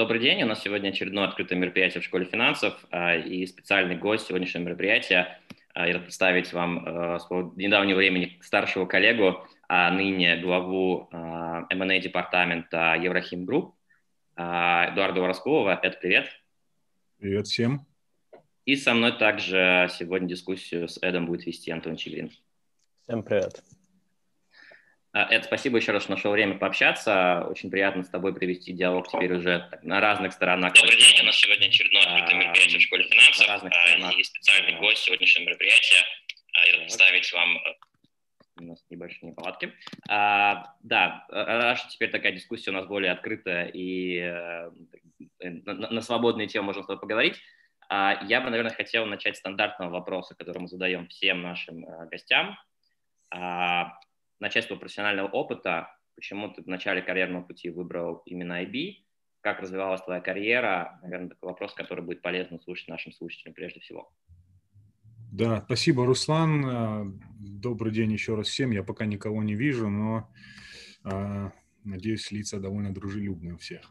Добрый день. У нас сегодня очередное открытое мероприятие в школе финансов. И специальный гость сегодняшнего мероприятия. Я рад представить вам своего недавнего времени старшего коллегу, а ныне главу M&A департамента Еврохим Групп, Эдуарда Вороскова. Это привет. Привет всем. И со мной также сегодня дискуссию с Эдом будет вести Антон Чигрин. Всем привет. Эд, спасибо еще раз, что нашел время пообщаться. Очень приятно с тобой провести диалог теперь уже на разных сторонах. Добрый день. У нас сегодня очередное открытое мероприятие в школе финансов. И специальный гость сегодняшнего мероприятия. Я рад представить вам... У нас небольшие неполадки. Да, рад, что теперь такая дискуссия у нас более открытая и на свободные темы можно с тобой поговорить. Я бы, наверное, хотел начать с стандартного вопроса, который мы задаем всем нашим гостям. Начать с твоего профессионального опыта. Почему ты в начале карьерного пути выбрал именно IB? Как развивалась твоя карьера? Наверное, такой вопрос, который будет полезно слушать нашим слушателям прежде всего. Да, спасибо, Руслан. Добрый день еще раз всем. Я пока никого не вижу, но надеюсь, лица довольно дружелюбные у всех.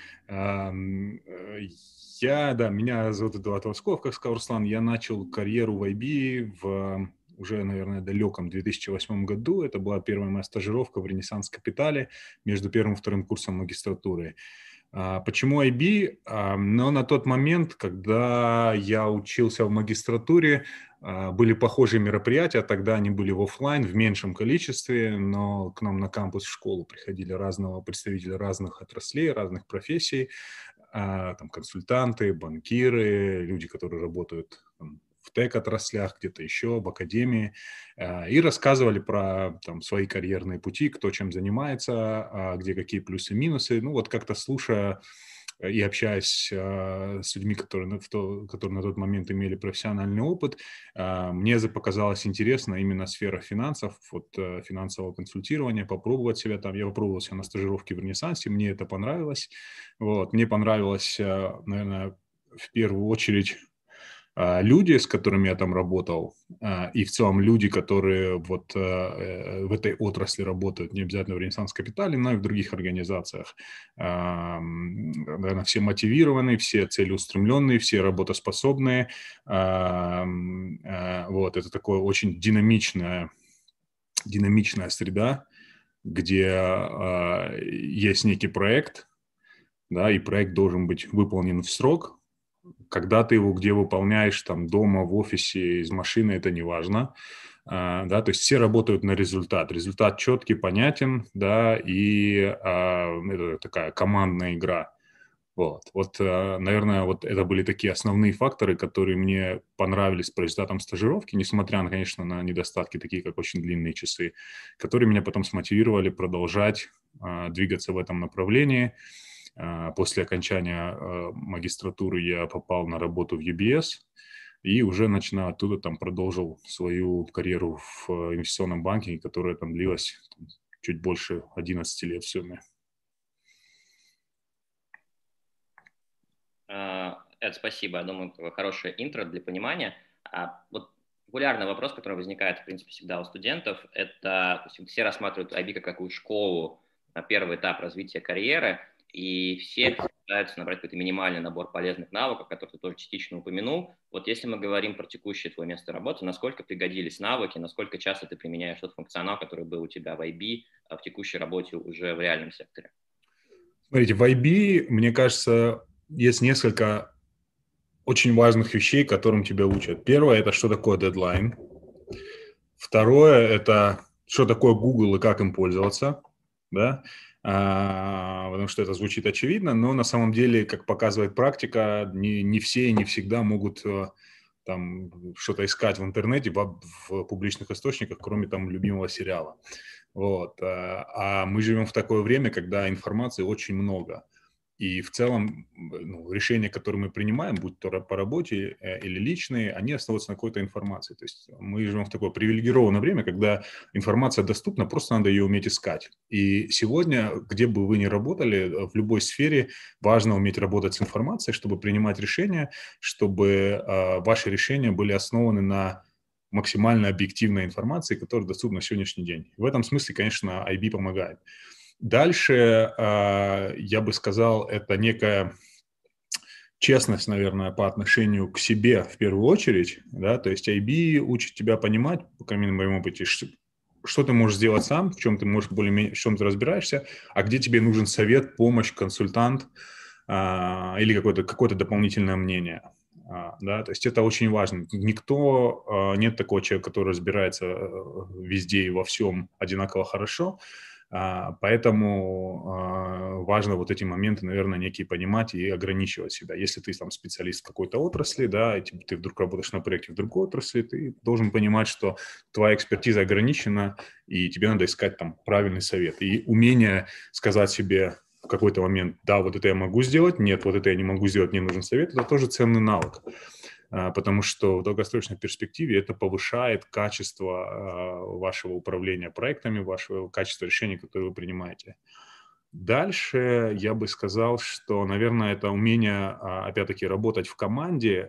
Меня зовут Эдуард Воросков, как сказал Руслан. Я начал карьеру в IB в уже, наверное, далеком 2008 году. Это была первая моя стажировка в Ренессанс Капитале между первым и вторым курсом магистратуры. Почему IB? Но на тот момент, когда я учился в магистратуре, были похожие мероприятия. Тогда они были в офлайн в меньшем количестве, но к нам на кампус в школу приходили представители разных отраслей, разных профессий, там консультанты, банкиры, люди, которые работают в тех-отраслях, где-то еще, в академии, и рассказывали про свои карьерные пути, кто чем занимается, где какие плюсы и минусы. Ну вот как-то слушая и общаясь с людьми, которые на тот момент имели профессиональный опыт, мне показалось интересно именно сфера финансов, финансового консультирования, попробовать себя там. Я попробовал себя на стажировке в Ренессансе, мне это понравилось. Мне понравилось, наверное, в первую очередь люди, с которыми я там работал, и в целом люди, которые в этой отрасли работают, не обязательно в Ренессанс Капитале, но и в других организациях. Наверное, все мотивированные, все целеустремленные, все работоспособные. Это такое очень динамичная среда, где есть некий проект, да, и проект должен быть выполнен в срок. Когда ты его где выполняешь, там, дома, в офисе, из машины, это не важно. Да, то есть все работают на результат. Результат четкий, понятен, да, и это такая командная игра. Наверное, это были такие основные факторы, которые мне понравились по результатам стажировки, несмотря, конечно, на недостатки, такие как очень длинные часы, которые меня потом смотивировали продолжать двигаться в этом направлении. После окончания магистратуры я попал на работу в UBS и уже начиная оттуда продолжил свою карьеру в инвестиционном банке, которая там длилась чуть больше 11 лет в сумме. Эд, спасибо. Я думаю, это хорошее интро для понимания. Популярный вопрос, который возникает, в принципе, всегда у студентов, это все рассматривают IB как какую школу на первый этап развития карьеры, и все пытаются набрать какой-то минимальный набор полезных навыков, которые ты тоже частично упомянул. Если мы говорим про текущее твое место работы, насколько пригодились навыки, насколько часто ты применяешь тот функционал, который был у тебя в IB, в текущей работе уже в реальном секторе? Смотрите, в IB, мне кажется, есть несколько очень важных вещей, которым тебя учат. Первое – это что такое дедлайн. Второе – это что такое Google и как им пользоваться, да? Потому что это звучит очевидно, но на самом деле, как показывает практика, не все и не всегда могут там что-то искать в интернете, в публичных источниках, кроме там любимого сериала. А мы живем в такое время, когда информации очень много. И в целом решения, которые мы принимаем, будь то по работе или личные, они основываются на какой-то информации. То есть мы живем в такое привилегированное время, когда информация доступна, просто надо ее уметь искать. И сегодня, где бы вы ни работали, в любой сфере важно уметь работать с информацией, чтобы принимать решения, чтобы ваши решения были основаны на максимально объективной информации, которая доступна на сегодняшний день. В этом смысле, конечно, IB помогает. Дальше, я бы сказал, это некая честность, наверное, по отношению к себе в первую очередь, да, то есть IB учит тебя понимать, по крайней мере, на моем опыте, что ты можешь сделать сам, в чем ты можешь более-менее, в чем ты разбираешься, а где тебе нужен совет, помощь, консультант или какое-то дополнительное мнение. Да, то есть это очень важно. Нет такого человека, который разбирается везде и во всем одинаково хорошо, поэтому важно вот эти моменты, наверное, некие понимать и ограничивать себя. Если ты там специалист в какой-то отрасли, да, и ты вдруг работаешь на проекте в другой отрасли, ты должен понимать, что твоя экспертиза ограничена, и тебе надо искать там правильный совет. И умение сказать себе в какой-то момент, да, вот это я могу сделать, нет, вот это я не могу сделать, мне нужен совет, это тоже ценный навык. Потому что в долгосрочной перспективе это повышает качество вашего управления проектами, вашего качества решений, которые вы принимаете. Дальше я бы сказал, что, наверное, это умение, опять-таки, работать в команде,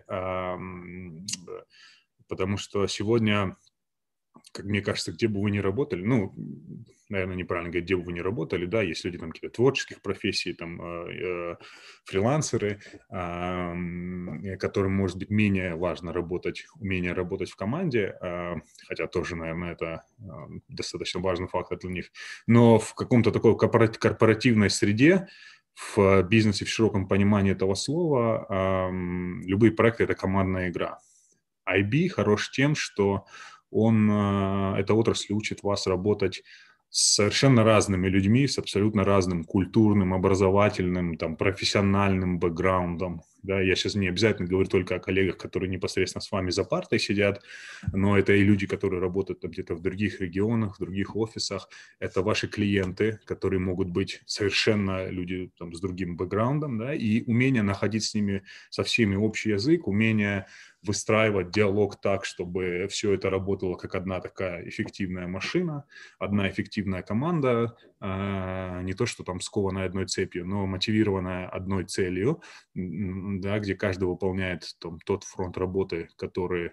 потому что сегодня, как мне кажется, где бы вы ни работали, ну, наверное, неправильно говорить, где бы вы ни работали, да, есть люди там какие-то творческих профессий, там, фрилансеры, которым, может быть, менее важно умение работать в команде, хотя тоже, наверное, это достаточно важный фактор для них, но в каком-то такой корпоративной среде, в бизнесе в широком понимании этого слова, любые проекты – это командная игра. IB хорош тем, что эта отрасль учит вас работать с совершенно разными людьми, с абсолютно разным культурным, образовательным, там, профессиональным бэкграундом. Да, я сейчас не обязательно говорю только о коллегах, которые непосредственно с вами за партой сидят, но это и люди, которые работают там, где-то в других регионах, в других офисах. Это ваши клиенты, которые могут быть совершенно люди там, с другим бэкграундом, да, и умение находить с ними, со всеми общий язык, умение выстраивать диалог так, чтобы все это работало как одна такая эффективная машина, одна эффективная команда, не то, что там скованная одной цепью, но мотивированная одной целью, да, где каждый выполняет там, тот фронт работы, который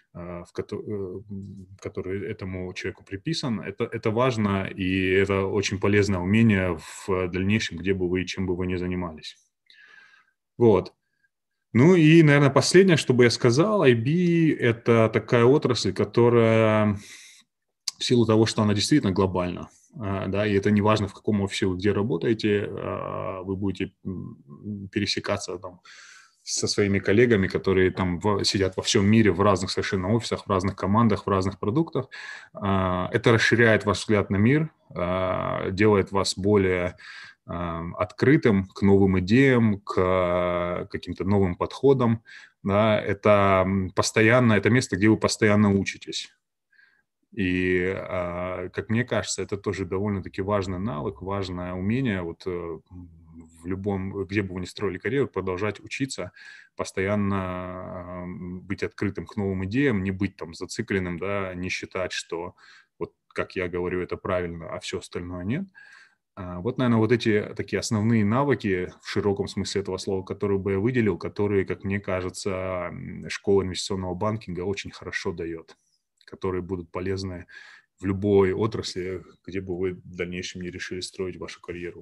этому человеку приписан. Это важно, и это очень полезное умение в дальнейшем, где бы вы и чем бы вы ни занимались. Вот. Ну и, наверное, последнее, что бы я сказал, IB – это такая отрасль, которая в силу того, что она действительно глобальна, да, и это не важно, в каком офисе вы где работаете, вы будете пересекаться там со своими коллегами, которые там сидят во всем мире, в разных совершенно офисах, в разных командах, в разных продуктах. Это расширяет ваш взгляд на мир, делает вас более открытым к новым идеям, к каким-то новым подходам. Да, это место, где вы постоянно учитесь. И, как мне кажется, это тоже довольно-таки важный навык, важное умение вот в любом, где бы вы ни строили карьеру, продолжать учиться, постоянно быть открытым к новым идеям, не быть там зацикленным, да, не считать, что вот как я говорю, это правильно, а все остальное нет. Вот, наверное, вот эти такие основные навыки в широком смысле этого слова, которые бы я выделил, которые, как мне кажется, школа инвестиционного банкинга очень хорошо дает, которые будут полезны в любой отрасли, где бы вы в дальнейшем не решили строить вашу карьеру.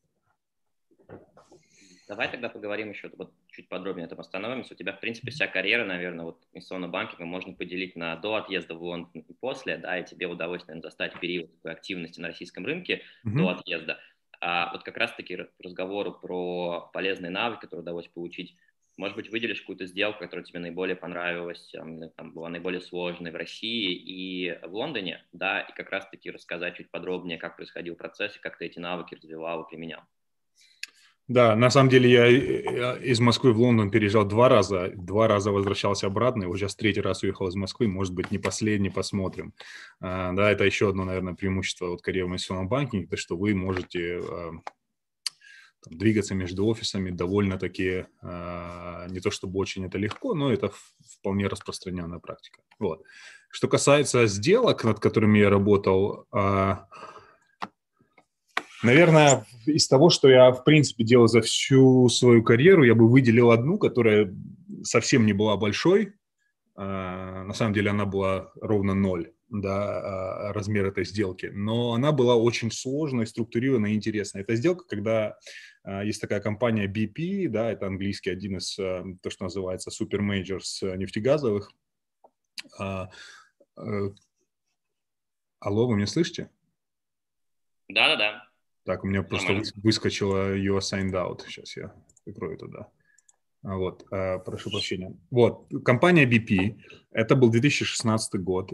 Давай тогда поговорим еще вот чуть подробнее на этом остановимся. У тебя, в принципе, вся карьера, наверное, вот инвестиционного банкинга можно поделить на до отъезда в Лондон и после, да, и тебе удалось, наверное, застать период такой активности на российском рынке до отъезда. А вот как раз-таки к разговору про полезные навыки, которые удалось получить, может быть, выделишь какую-то сделку, которая тебе наиболее понравилась, там, была наиболее сложной в России и в Лондоне, да, и как раз-таки рассказать чуть подробнее, как происходил процесс и как ты эти навыки развивал и применял. Да, на самом деле я из Москвы в Лондон переезжал 2 раза возвращался обратно, и вот сейчас 3-й раз уехал из Москвы, может быть, не последний, посмотрим. Да, это еще одно, наверное, преимущество вот карьеры в инвестиционном банкинге, то, что вы можете двигаться между офисами довольно-таки, не то чтобы очень это легко, но это вполне распространенная практика. Вот. Что касается сделок, над которыми я работал, наверное, из того, что я, в принципе, делал за всю свою карьеру, я бы выделил одну, которая совсем не была большой, На самом деле она была ровно 0, да, размер этой сделки, но она была очень сложной, структурированной и интересной. Это сделка, когда есть такая компания BP, да, это английский, один из, то, что называется, супермейджорс нефтегазовых. Алло, вы меня слышите? Да. Так, у меня просто выскочила «You are signed out». Сейчас я прикрою туда. Вот, прошу прощения. Вот, компания BP, это был 2016 год.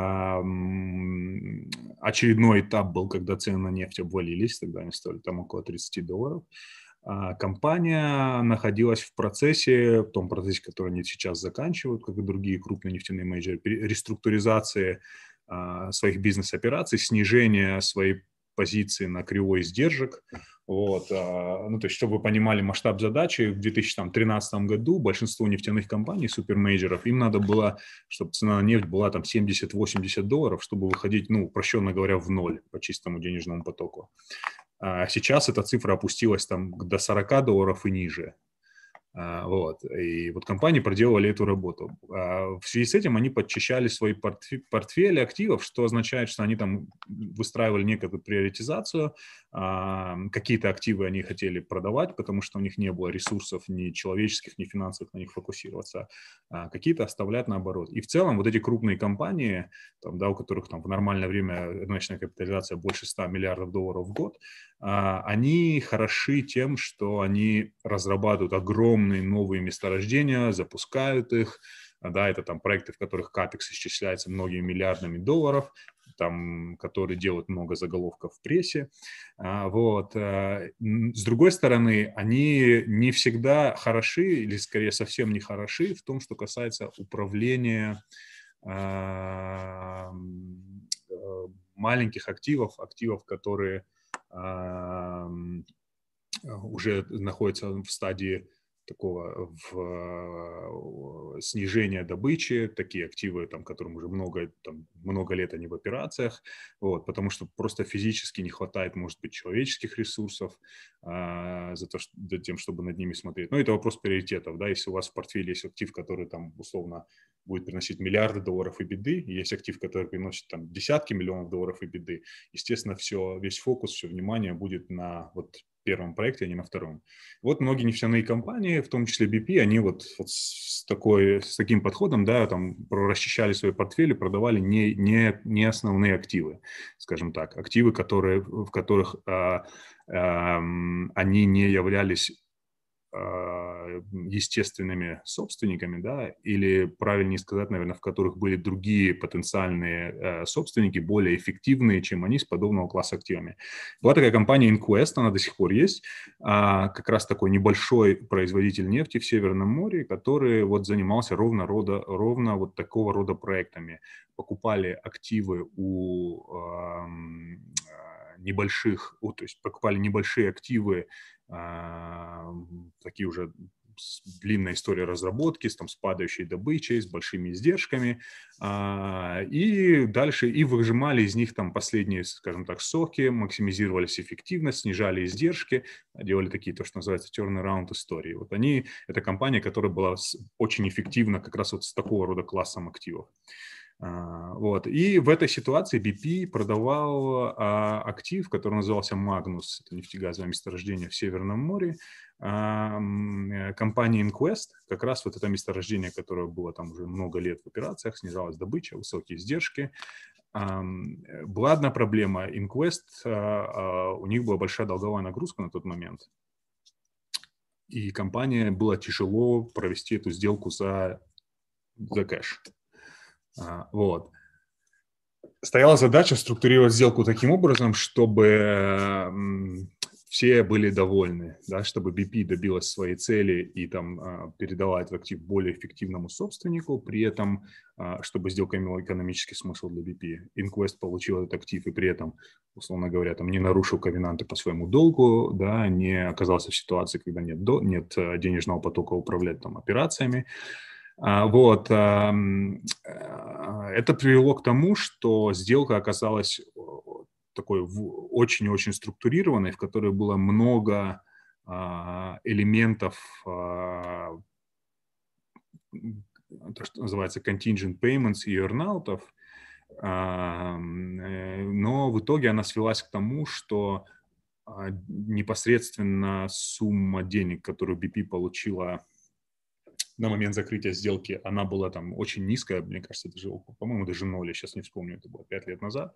Очередной этап был, когда цены на нефть обвалились, тогда они стоили там около $30. Компания находилась в процессе, в том процессе, который они сейчас заканчивают, как и другие крупные нефтяные менеджеры, реструктуризации своих бизнес-операций, снижения своей позиции на кривой издержек. Вот. Ну, то есть, чтобы вы понимали масштаб задачи, в 2013 году большинство нефтяных компаний, супермейджеров, им надо было, чтобы цена на нефть была там $70-80, чтобы выходить, ну, упрощенно говоря, в ноль по чистому денежному потоку. Сейчас эта цифра опустилась там до $40 и ниже. Вот. И вот компании проделывали эту работу. В связи с этим они подчищали свои портфели активов, что означает, что они там выстраивали некую приоритизацию. Какие-то активы они хотели продавать, потому что у них не было ресурсов ни человеческих, ни финансовых на них фокусироваться. Какие-то оставлять наоборот. И в целом вот эти крупные компании, там, да, у которых там в нормальное время рыночная капитализация больше $100 миллиардов в год, они хороши тем, что они разрабатывают огромные новые месторождения, запускают их, да, это там проекты, в которых капекс исчисляется многими миллиардами долларов, там, которые делают много заголовков в прессе. Вот. С другой стороны, они не всегда хороши, или скорее совсем не хороши в том, что касается управления маленьких активов, которые уже находятся в стадии такого снижения добычи, такие активы, там, которым уже много лет они в операциях, вот, потому что просто физически не хватает, может быть, человеческих ресурсов за тем, чтобы над ними смотреть. Но это вопрос приоритетов, да, если у вас в портфеле есть актив, который там условно будет приносить миллиарды долларов EBITDA, и есть актив, который приносит там десятки миллионов долларов EBITDA, естественно, весь фокус, все внимание будет на вот первом проекте, а не на втором. Вот многие нефтяные компании, в том числе BP, они вот с таким подходом, да, там расчищали свои портфели, продавали не основные активы, скажем так, активы, в которых они не являлись естественными собственниками, да, или, правильнее сказать, наверное, в которых были другие потенциальные собственники, более эффективные, чем они, с подобного класса активами. Была такая компания Inquest, она до сих пор есть, как раз такой небольшой производитель нефти в Северном море, который вот занимался ровно вот такого рода проектами. Покупали активы у то есть покупали небольшие активы, такие уже с длинной историей разработки, с падающей добычей, с большими издержками, и дальше выжимали из них там последние, скажем так, соки, максимизировались эффективность, снижали издержки, делали такие, то, что называется, turnaround истории. Вот это компания, которая была очень эффективна как раз вот с такого рода классом активов. Вот. И в этой ситуации BP продавал актив, который назывался Magnus, это нефтегазовое месторождение в Северном море. Компания Inquest, как раз вот это месторождение, которое было там уже много лет в операциях, снижалась добыча, высокие издержки. Была одна проблема. Inquest, у них была большая долговая нагрузка на тот момент. И компания было тяжело провести эту сделку за кэш. Вот. Стояла задача структурировать сделку таким образом, чтобы все были довольны, да, чтобы BP добилась своей цели и там передала этот актив более эффективному собственнику, при этом, чтобы сделка имела экономический смысл для BP. Inquest получил этот актив и при этом, условно говоря, там не нарушил ковенанты по своему долгу, да, не оказался в ситуации, когда нет денежного потока управлять там операциями. Вот. Это привело к тому, что сделка оказалась такой очень-очень структурированной, в которой было много элементов то, что называется contingent payments и earn-out'ов, но в итоге она свелась к тому, что непосредственно сумма денег, которую BP получила на момент закрытия сделки, она была там очень низкая, мне кажется, даже, по-моему, даже 0, я сейчас не вспомню, это было 5 лет назад.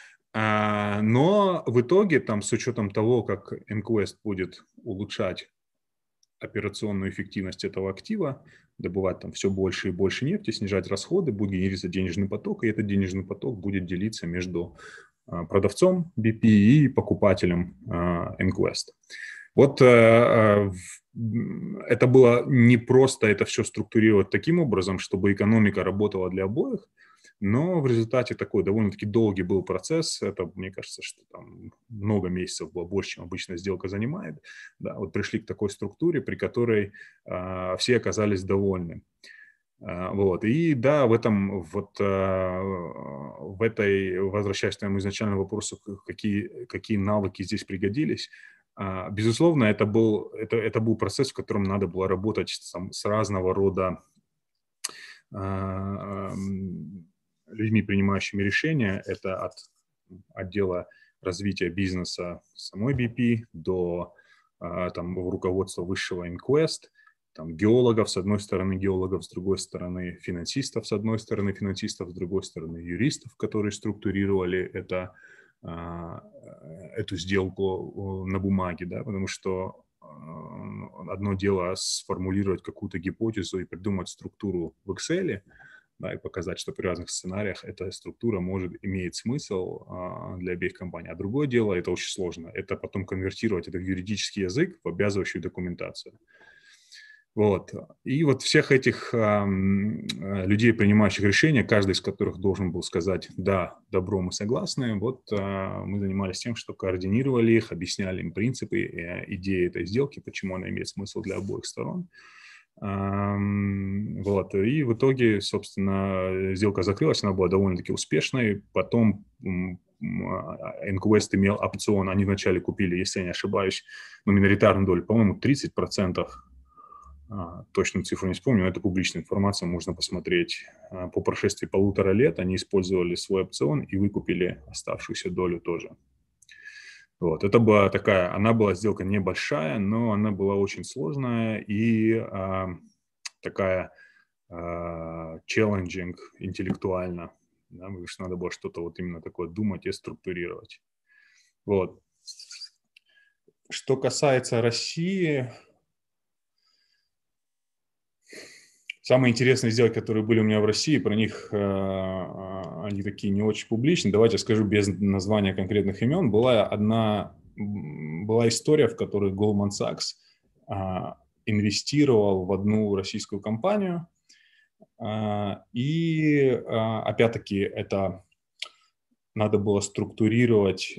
Но в итоге, там, с учетом того, как EnQuest будет улучшать операционную эффективность этого актива, добывать там все больше и больше нефти, снижать расходы, будет генерироваться денежный поток, и этот денежный поток будет делиться между продавцом BP и покупателем EnQuest. Вот это было не просто это все структурировать таким образом, чтобы экономика работала для обоих, но в результате такой довольно-таки долгий был процесс. Это, мне кажется, что там много месяцев было больше, чем обычно сделка занимает. Да, вот пришли к такой структуре, при которой все оказались довольны. Вот. И да, в этой, возвращаясь к твоему изначальному вопросу, какие навыки здесь пригодились, безусловно, это был процесс, в котором надо было работать с разного рода людьми, принимающими решения. Это от отдела развития бизнеса самой BP до там, руководства высшего EnQuest, там, геологов с одной стороны, геологов с другой стороны, финансистов с одной стороны, финансистов с другой стороны, юристов, которые структурировали эту сделку на бумаге, да, потому что одно дело сформулировать какую-то гипотезу и придумать структуру в Excel, да, и показать, что при разных сценариях эта структура имеет смысл для обеих компаний. А другое дело, это очень сложно, это потом конвертировать это в юридический язык, в обязывающую документацию. Вот. И вот всех этих людей, принимающих решения, каждый из которых должен был сказать «да, добро, мы согласны», вот мы занимались тем, что координировали их, объясняли им принципы, идеи этой сделки, почему она имеет смысл для обоих сторон. Вот. И в итоге, собственно, сделка закрылась, она была довольно-таки успешной. Потом EnQuest имел опцион, они вначале купили, если я не ошибаюсь, миноритарную долю, по-моему, 30%. Точную цифру не вспомню, но это публичная информация, можно посмотреть. По прошествии 1,5 лет они использовали свой опцион и выкупили оставшуюся долю тоже. Вот. Это была она была сделка небольшая, но она была очень сложная и такая challenging интеллектуально, да, потому что надо было что-то вот именно такое думать и структурировать. Вот. Что касается России, самые интересные сделки, которые были у меня в России, про них они такие не очень публичные. Давайте скажу без названия конкретных имен. Была история, в которой Goldman Sachs инвестировал в одну российскую компанию. И опять-таки это надо было структурировать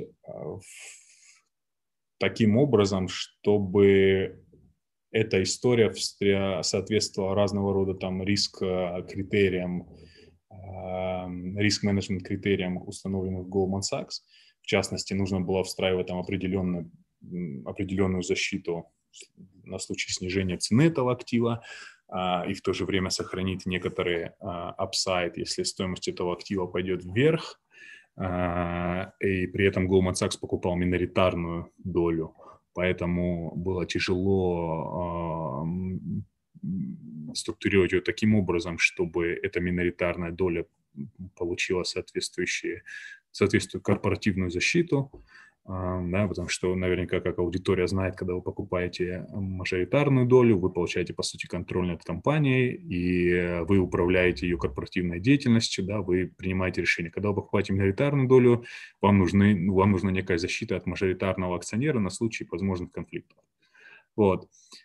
таким образом, чтобы эта история соответствовала разного рода там риск-критериям, риск-менеджмент критериям, установленных Goldman Sachs. В частности, нужно было встраивать там определенную защиту на случай снижения цены этого актива, и в то же время сохранить некоторый upside, если стоимость этого актива пойдет вверх, и при этом Goldman Sachs покупал миноритарную долю. Поэтому было тяжело структурировать ее таким образом, чтобы эта миноритарная доля получила соответствующую корпоративную защиту. Да, потому что наверняка, как аудитория знает, когда вы покупаете мажоритарную долю, вы получаете, по сути, контроль над компанией, и вы управляете ее корпоративной деятельностью, да, вы принимаете решения. Когда вы покупаете миноритарную долю, вам нужна некая защита от мажоритарного акционера на случай возможных конфликтов. Вот.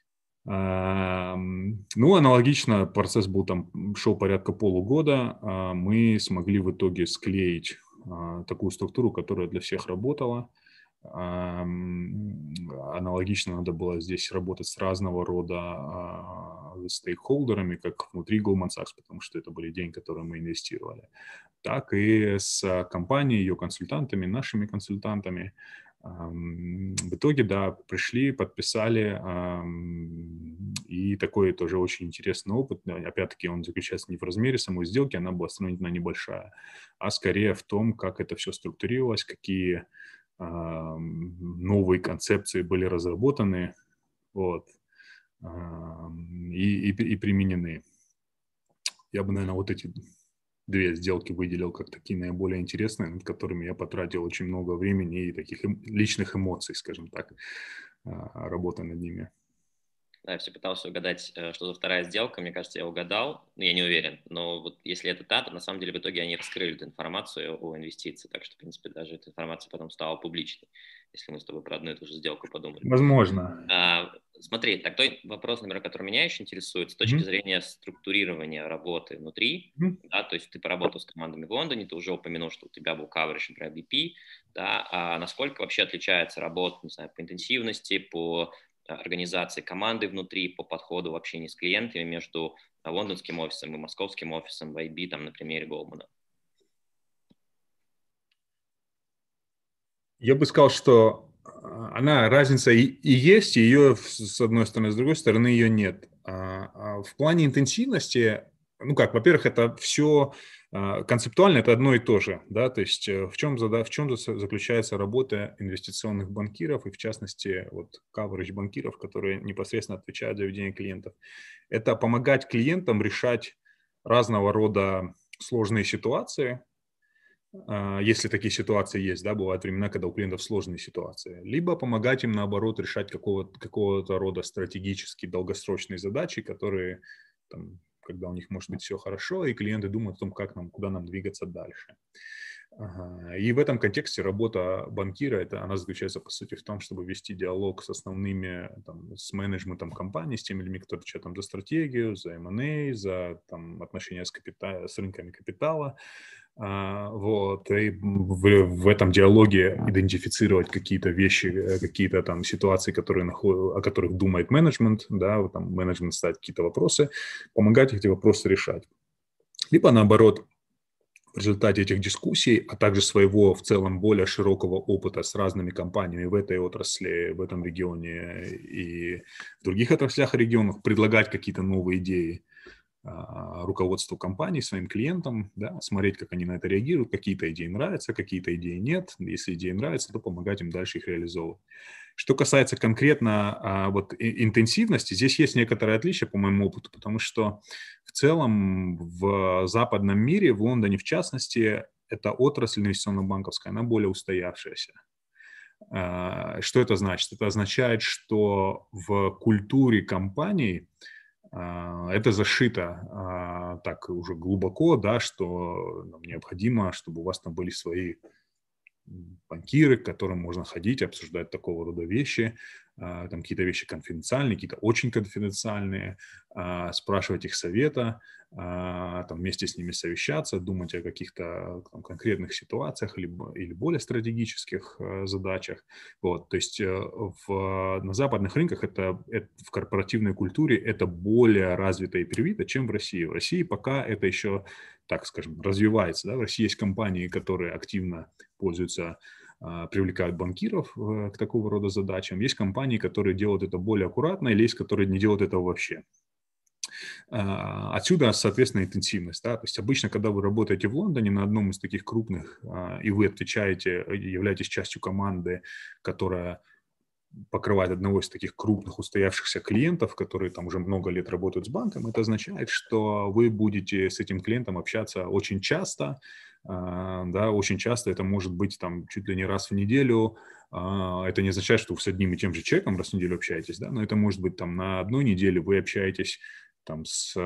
Аналогично процесс шел порядка полугода. Мы смогли в итоге склеить такую структуру, которая для всех работала. Аналогично надо было здесь работать с разного рода стейкхолдерами, как внутри Goldman Sachs, потому что это были деньги, которые мы инвестировали, так и с компанией, ее консультантами, нашими консультантами. В итоге, да, пришли, подписали, и такой тоже очень интересный опыт. Опять-таки, он заключается не в размере самой сделки, она была сравнительно небольшая, а скорее в том, как это все структурировалось, какие новые концепции были разработаны, вот, и применены. Я бы, наверное, вот эти две сделки выделил как такие наиболее интересные, над которыми я потратил очень много времени и таких личных эмоций, скажем так, работы над ними. Да, я все пытался угадать, что за вторая сделка. Мне кажется, я угадал, но я не уверен. Но вот если это та, то на самом деле в итоге они раскрыли эту информацию о инвестиции. Так что, в принципе, даже эта информация потом стала публичной, если мы с тобой про одну и ту же сделку подумали. Возможно. Смотри, так той вопрос, например, который меня еще интересует, с точки зрения структурирования работы внутри, да, то есть ты поработал с командами в Лондоне, ты уже упомянул, что у тебя был coverage, например, BP, да, а насколько вообще отличается работа, не знаю, по интенсивности, по организации команды внутри, по подходу в общении с клиентами между лондонским офисом и московским офисом в IB, там, на примере Goldman? Я бы сказал, что разница и есть, и ее с одной стороны, с другой стороны ее нет. В плане интенсивности, во-первых, это все концептуально, это одно и то же, да, то есть в чем заключается работа инвестиционных банкиров и, в частности, вот coverage банкиров, которые непосредственно отвечают за ведение клиентов. Это помогать клиентам решать разного рода сложные ситуации, если такие ситуации есть, да, бывают времена, когда у клиентов сложные ситуации, либо помогать им, наоборот, решать какого-то рода стратегические долгосрочные задачи, которые, там, когда у них может быть все хорошо, и клиенты думают о том, куда нам двигаться дальше. И в этом контексте работа банкира, она заключается, по сути, в том, чтобы вести диалог с основными, с менеджментом компании, с теми людьми, которые отвечают за стратегию, за M&A, за отношения с рынками капитала. Вот, и в этом диалоге идентифицировать какие-то вещи, какие-то ситуации, о которых думает менеджмент, да, менеджмент ставит какие-то вопросы, помогать эти вопросы решать. Либо наоборот, в результате этих дискуссий, а также своего в целом более широкого опыта с разными компаниями в этой отрасли, в этом регионе и в других отраслях и регионах, предлагать какие-то новые идеи руководству компании, своим клиентам, да, смотреть, как они на это реагируют, какие-то идеи нравятся, какие-то идеи нет. Если идеи нравятся, то помогать им дальше их реализовывать. Что касается конкретно интенсивности, здесь есть некоторое отличие по моему опыту, потому что в целом в западном мире, в Лондоне в частности, эта отрасль инвестиционно-банковская, она более устоявшаяся. Что это значит? Это означает, что в культуре компаний это зашито так уже глубоко, да, что нам необходимо, чтобы у вас там были свои банкиры, к которым можно ходить, обсуждать такого рода вещи, там какие-то вещи конфиденциальные, какие-то очень конфиденциальные, спрашивать их совета, там вместе с ними совещаться, думать о каких-то конкретных ситуациях или более стратегических задачах. Вот, то есть на западных рынках в корпоративной культуре это более развито и привито, чем в России. В России пока это еще, так скажем, развивается. Да? В России есть компании, которые активно пользуются, привлекают банкиров к такого рода задачам. Есть компании, которые делают это более аккуратно, или есть, которые не делают этого вообще. Отсюда, соответственно, интенсивность. Да? То есть обычно, когда вы работаете в Лондоне на одном из таких крупных, и вы являетесь частью команды, которая покрывает одного из таких крупных устоявшихся клиентов, которые там уже много лет работают с банком, это означает, что вы будете с этим клиентом общаться очень часто, да, очень часто это может быть там чуть ли не раз в неделю. Это не означает, что вы с одним и тем же человеком раз в неделю общаетесь, да, но это может быть там на одной неделе вы общаетесь там с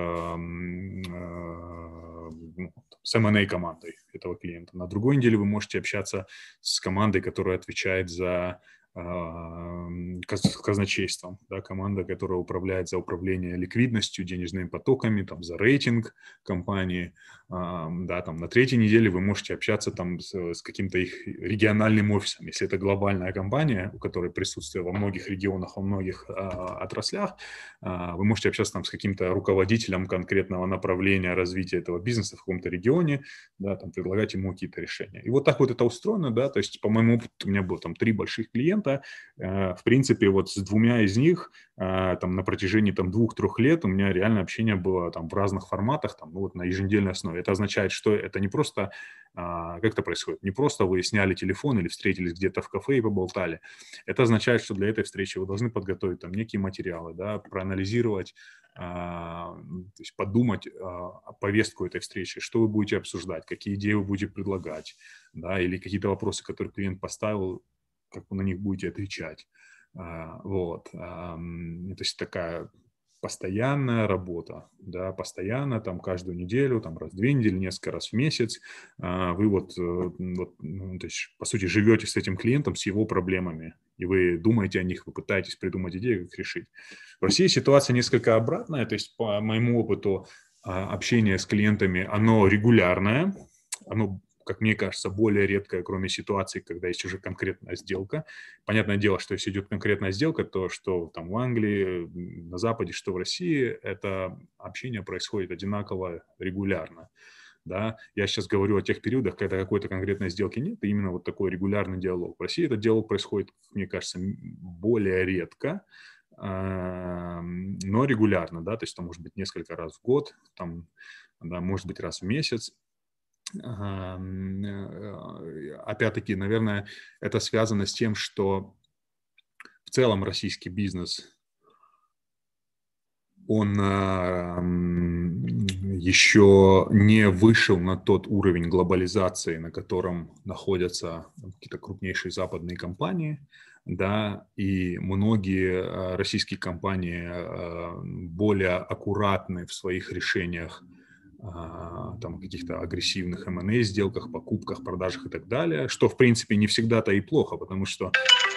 M&A командой этого клиента. На другой неделе вы можете общаться с командой, которая отвечает за казначейством, да, команда, которая управляет за управление ликвидностью, денежными потоками, там, за рейтинг компании, да, там, на третьей неделе вы можете общаться там с каким-то их региональным офисом, если это глобальная компания, у которой присутствие во многих регионах, во многих отраслях, вы можете общаться там с каким-то руководителем конкретного направления развития этого бизнеса в каком-то регионе, да, там, предлагать ему какие-то решения. И вот так вот это устроено, да, то есть, по моему опыту, у меня было там 3 больших клиента. В принципе, вот с 2 из них там на протяжении там 2-3 лет у меня реально общение было там в разных форматах, там, ну, вот на еженедельной основе. Это означает, что это не просто, как это происходит, не просто вы сняли телефон или встретились где-то в кафе и поболтали. Это означает, что для этой встречи вы должны подготовить там некие материалы, да, проанализировать, то есть подумать повестку этой встречи, что вы будете обсуждать, какие идеи вы будете предлагать, да, или какие-то вопросы, которые клиент поставил, как вы на них будете отвечать. Вот. То есть такая постоянная работа, да, постоянно, там, каждую неделю, там, раз в 2 недели, несколько раз в месяц вы вот, ну, то есть, по сути, живете с этим клиентом, с его проблемами, и вы думаете о них, вы пытаетесь придумать идеи, как их решить. В России ситуация несколько обратная, то есть, по моему опыту, общение с клиентами, оно регулярное, оно, как мне кажется, более редкое, кроме ситуации, когда есть уже конкретная сделка. Понятное дело, что если идет конкретная сделка, то что там в Англии, на Западе, что в России, это общение происходит одинаково регулярно. Да? Я сейчас говорю о тех периодах, когда какой-то конкретной сделки нет, и именно вот такой регулярный диалог. В России этот диалог происходит, мне кажется, более редко, но регулярно, да, то есть это может быть несколько раз в год, там, да, может быть раз в месяц. Опять-таки, наверное, это связано с тем, что в целом российский бизнес, он еще не вышел на тот уровень глобализации, на котором находятся какие-то крупнейшие западные компании, да, и многие российские компании более аккуратны в своих решениях, там, каких-то агрессивных M&A сделках, покупках, продажах и так далее, что, в принципе, не всегда-то и плохо, потому что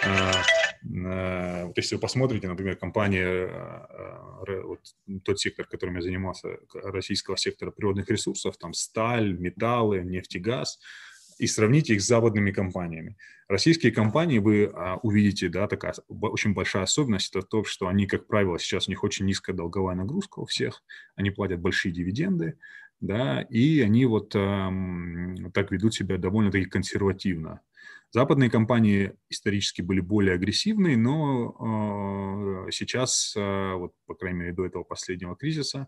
вот если вы посмотрите, например, компания, вот тот сектор, которым я занимался, российского сектора природных ресурсов, там сталь, металлы, нефть и газ, и сравните их с западными компаниями. Российские компании, вы увидите, да, такая очень большая особенность, это то, что они, как правило, сейчас у них очень низкая долговая нагрузка у всех, они платят большие дивиденды, да, и они вот так ведут себя довольно-таки консервативно. Западные компании исторически были более агрессивные, но сейчас, вот, по крайней мере, до этого последнего кризиса,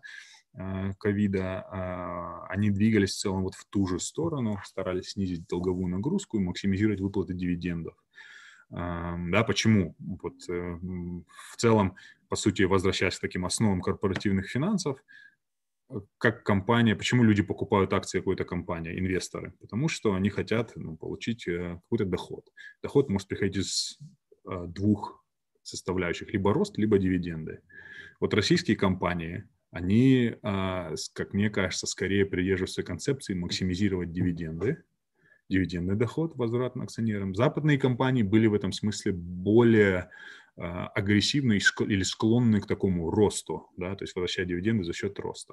ковида, они двигались в целом вот в ту же сторону, старались снизить долговую нагрузку и максимизировать выплаты дивидендов. Да, почему? Вот, в целом, по сути, возвращаясь к таким основам корпоративных финансов, как компания, почему люди покупают акции какой-то компании, инвесторы? Потому что они хотят получить какой-то доход. Доход может приходить из 2 составляющих, либо рост, либо дивиденды. Вот российские компании, они, как мне кажется, скорее придерживаются концепции максимизировать дивиденды, дивидендный доход, возврат акционерам. Западные компании были в этом смысле более агрессивны или склонны к такому росту, да, то есть возвращать дивиденды за счет роста.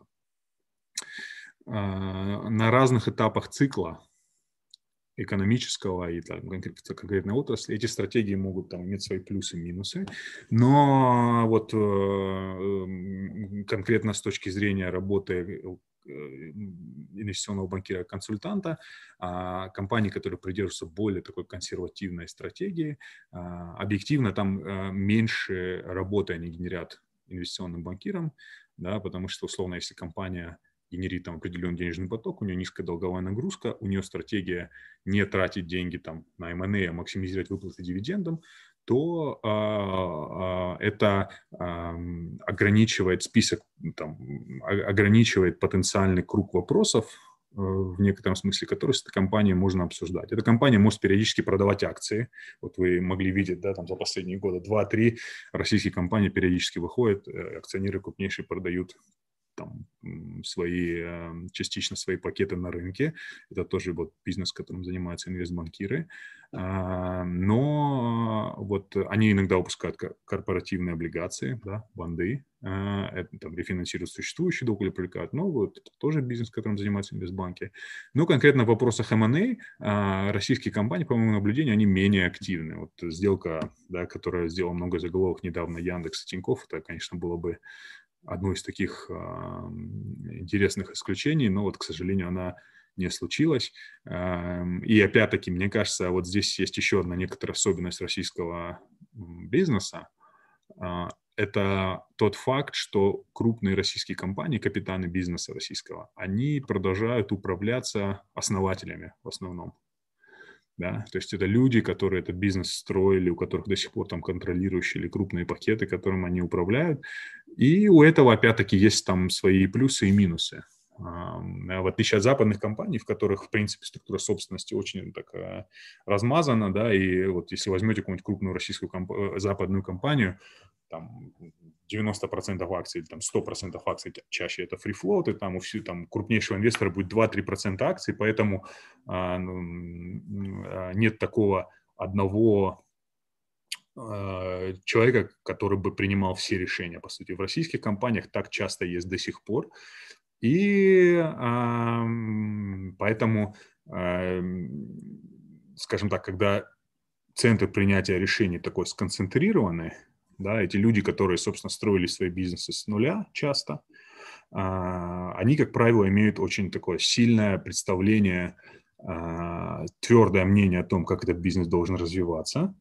На разных этапах цикла экономического и там, конкретной отрасли эти стратегии могут там иметь свои плюсы и минусы, но вот конкретно с точки зрения работы инвестиционного банкира-консультанта, компании, которые придерживаются более такой консервативной стратегии, объективно там меньше работы они генерят инвестиционным банкирам, да, потому что, условно, если компания генерит там определенный денежный поток, у нее низкая долговая нагрузка, у нее стратегия не тратить деньги там на M&A, а максимизировать выплаты дивидендам, то это ограничивает список, там, ограничивает потенциальный круг вопросов, в некотором смысле, которые с этой компанией можно обсуждать. Эта компания может периодически продавать акции. Вот вы могли видеть, да, там за последние годы 2-3 российские компании периодически выходят, акционеры крупнейшие продают там частично свои пакеты на рынке. Это тоже вот бизнес, которым занимаются инвестбанкиры. Но вот они иногда выпускают корпоративные облигации, да, бонды, это там рефинансируют существующий долг или привлекают новый. Вот это тоже бизнес, которым занимаются инвестбанки. Но конкретно в вопросах M&A российские компании, по моему наблюдению, они менее активны. Вот сделка, да, которая сделала много заголовок недавно, Яндекс и Тинькофф, это, конечно, было бы одно из таких интересных исключений, но вот, к сожалению, она не случилась. И опять-таки, мне кажется, вот здесь есть еще одна некоторая особенность российского бизнеса. Это тот факт, что крупные российские компании, капитаны бизнеса российского, они продолжают управляться основателями в основном. Да? То есть это люди, которые этот бизнес строили, у которых до сих пор там контролирующие или крупные пакеты, которым они управляют. И у этого, опять-таки, есть там свои плюсы и минусы. В отличие от западных компаний, в которых, в принципе, структура собственности очень так размазана, да, и вот если возьмете какую-нибудь крупную российскую западную компанию, там 90% акций или там 100% акций чаще это free float, и там у всего там крупнейшего инвестора будет 2-3% акций, поэтому нет такого одного человека, который бы принимал все решения, по сути. В российских компаниях так часто есть до сих пор, и поэтому, скажем так, когда центр принятия решений такой сконцентрированный, да, эти люди, которые, собственно, строили свои бизнесы с нуля часто, они, как правило, имеют очень такое сильное представление, твердое мнение о том, как этот бизнес должен развиваться,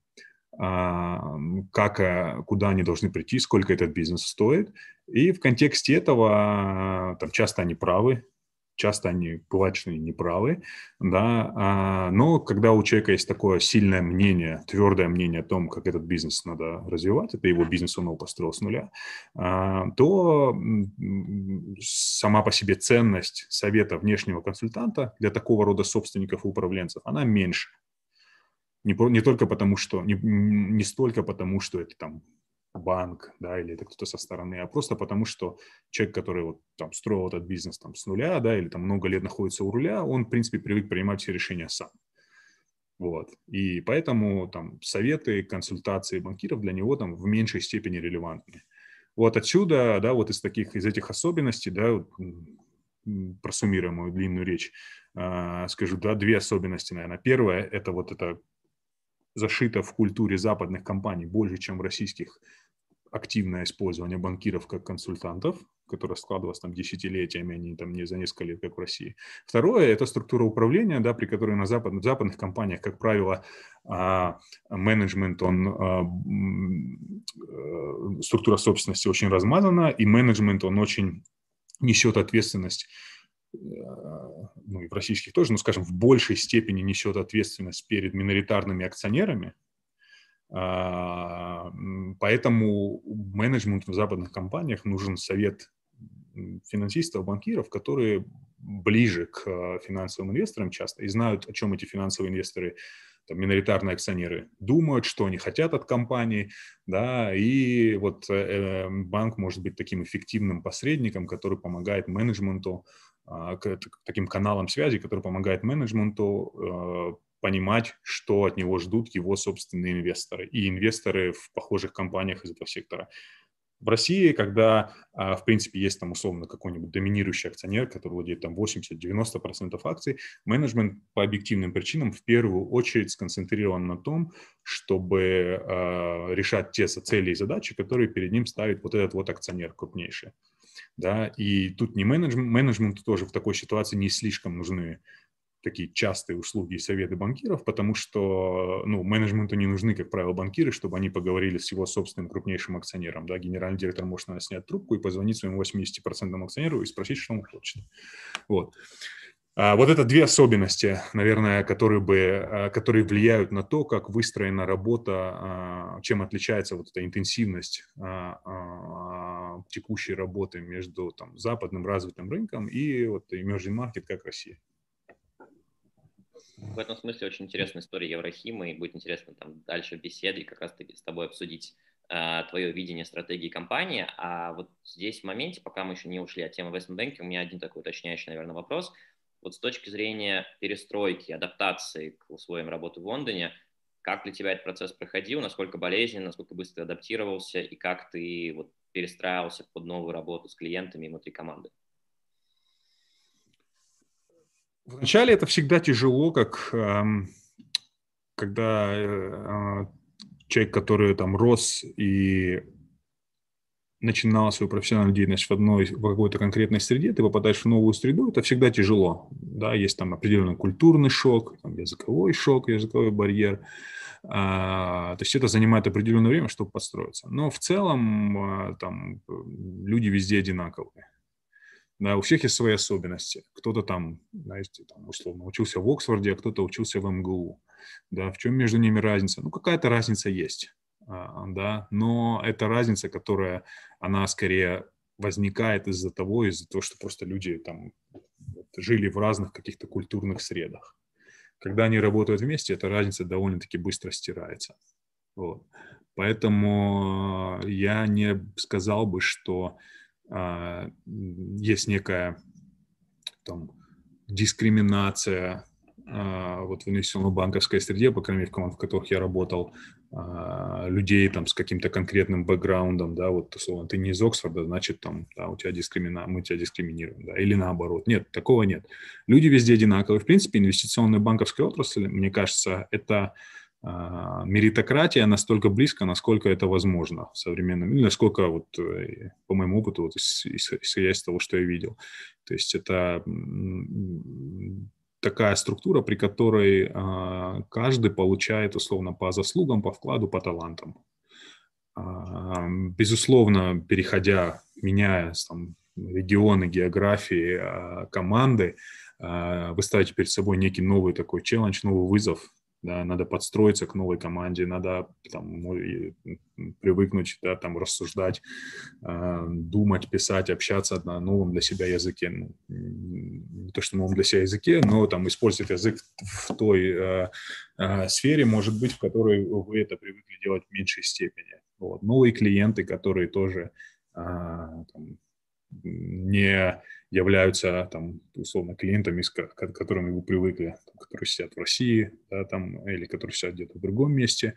куда они должны прийти, сколько этот бизнес стоит. И в контексте этого там часто они правы, часто они бывают, что они неправы, да, но когда у человека есть такое сильное мнение, твердое мнение о том, как этот бизнес надо развивать, это его бизнес, он его построил с нуля, то сама по себе ценность совета внешнего консультанта для такого рода собственников и управленцев, она меньше. Не только потому, что, не столько потому, что это там банк, да, или это кто-то со стороны, а просто потому, что человек, который вот там строил этот бизнес там с нуля, да, или там много лет находится у руля, он, в принципе, привык принимать все решения сам. Вот. И поэтому там советы, консультации банкиров для него там в меньшей степени релевантны. Вот отсюда, да, вот из этих особенностей, да, просуммируя мою длинную речь, скажу, да, две особенности, наверное. Первое, это вот это зашито в культуре западных компаний больше, чем в российских, активное использование банкиров как консультантов, которое складывалось там десятилетиями, они там не за несколько лет, как в России. Второе – это структура управления, да, при которой в западных компаниях, как правило, менеджмент, структура собственности очень размазана, и менеджмент, он очень несет ответственность, ну и в российских тоже, но, скажем, в большей степени несет ответственность перед миноритарными акционерами. Поэтому менеджменту в западных компаниях нужен совет финансистов, банкиров, которые ближе к финансовым инвесторам часто и знают, о чем эти финансовые инвесторы, там, миноритарные акционеры думают, что они хотят от компании, да, и вот банк может быть таким эффективным посредником, который помогает менеджменту, таким каналом связи, который помогает менеджменту понимать, что от него ждут его собственные инвесторы и инвесторы в похожих компаниях из этого сектора. В России, когда, в принципе, есть там условно какой-нибудь доминирующий акционер, который владеет там 80-90% акций, менеджмент по объективным причинам в первую очередь сконцентрирован на том, чтобы решать те цели и задачи, которые перед ним ставит вот этот вот акционер крупнейший. Да? И тут не менеджменту тоже в такой ситуации не слишком нужны такие частые услуги и советы банкиров, потому что, ну, менеджменту не нужны, как правило, банкиры, чтобы они поговорили с его собственным крупнейшим акционером. Да? Генеральный директор может, наверное, снять трубку и позвонить своему 80% акционеру и спросить, что он хочет. Вот. Вот это две особенности, наверное, которые влияют на то, как выстроена работа, чем отличается вот эта интенсивность текущей работы между там, западным развитым рынком и вот emerging market, как Россия. В этом смысле очень интересная история Еврохима, и будет интересно там дальше в беседе как раз-таки с тобой обсудить твое видение стратегии компании. А вот здесь в моменте, пока мы еще не ушли от темы investment banking, у меня один такой уточняющий, наверное, вопрос. Вот с точки зрения перестройки, адаптации к условиям работы в Лондоне, как для тебя этот процесс проходил, насколько болезненно, насколько быстро ты адаптировался и как ты вот перестраивался под новую работу с клиентами внутри команды? Вначале это всегда тяжело, когда человек, который там рос и начинал свою профессиональную деятельность в какой-то конкретной среде, ты попадаешь в новую среду, это всегда тяжело. Да, есть там определенный культурный шок, там, языковой шок, языковой барьер. То есть это занимает определенное время, чтобы подстроиться. Но в целом там люди везде одинаковые. Да, у всех есть свои особенности. Кто-то там, знаете, там, условно, учился в Оксфорде, а кто-то учился в МГУ. Да, в чем между ними разница? Ну, какая-то разница есть. Да, но это разница, она скорее возникает из-за того, что просто люди там жили в разных каких-то культурных средах. Когда они работают вместе, эта разница довольно-таки быстро стирается. Вот. Поэтому я не сказал бы, что есть некая там дискриминация вот в инвестиционно-банковской среде, по крайней мере, в командах, в которых я работал, людей там с каким-то конкретным бэкграундом, да, вот условно, ты не из Оксфорда, значит, там, да, мы тебя дискриминируем, да, или наоборот. Нет, такого нет. Люди везде одинаковые. В принципе, инвестиционная банковская отрасль, мне кажется, это меритократия настолько близко, насколько это возможно в современном, или насколько, вот, по моему опыту, вот, исходя из того, что я видел. То есть это такая структура, при которой каждый получает, условно, по заслугам, по вкладу, по талантам. Безусловно, меняя там, регионы, географии, команды, вы ставите перед собой некий новый такой челлендж, новый вызов. Да, надо подстроиться к новой команде, надо там, привыкнуть, да, там, рассуждать, думать, писать, общаться на новом для себя языке. Ну, не то, что новом для себя языке, но там, использовать язык в той сфере, может быть, в которой вы это привыкли делать в меньшей степени. Вот. Новые клиенты, которые тоже там, не являются там, условно, клиентами, с которыми вы привыкли, которые сидят в России, да, там, или которые сидят где-то в другом месте.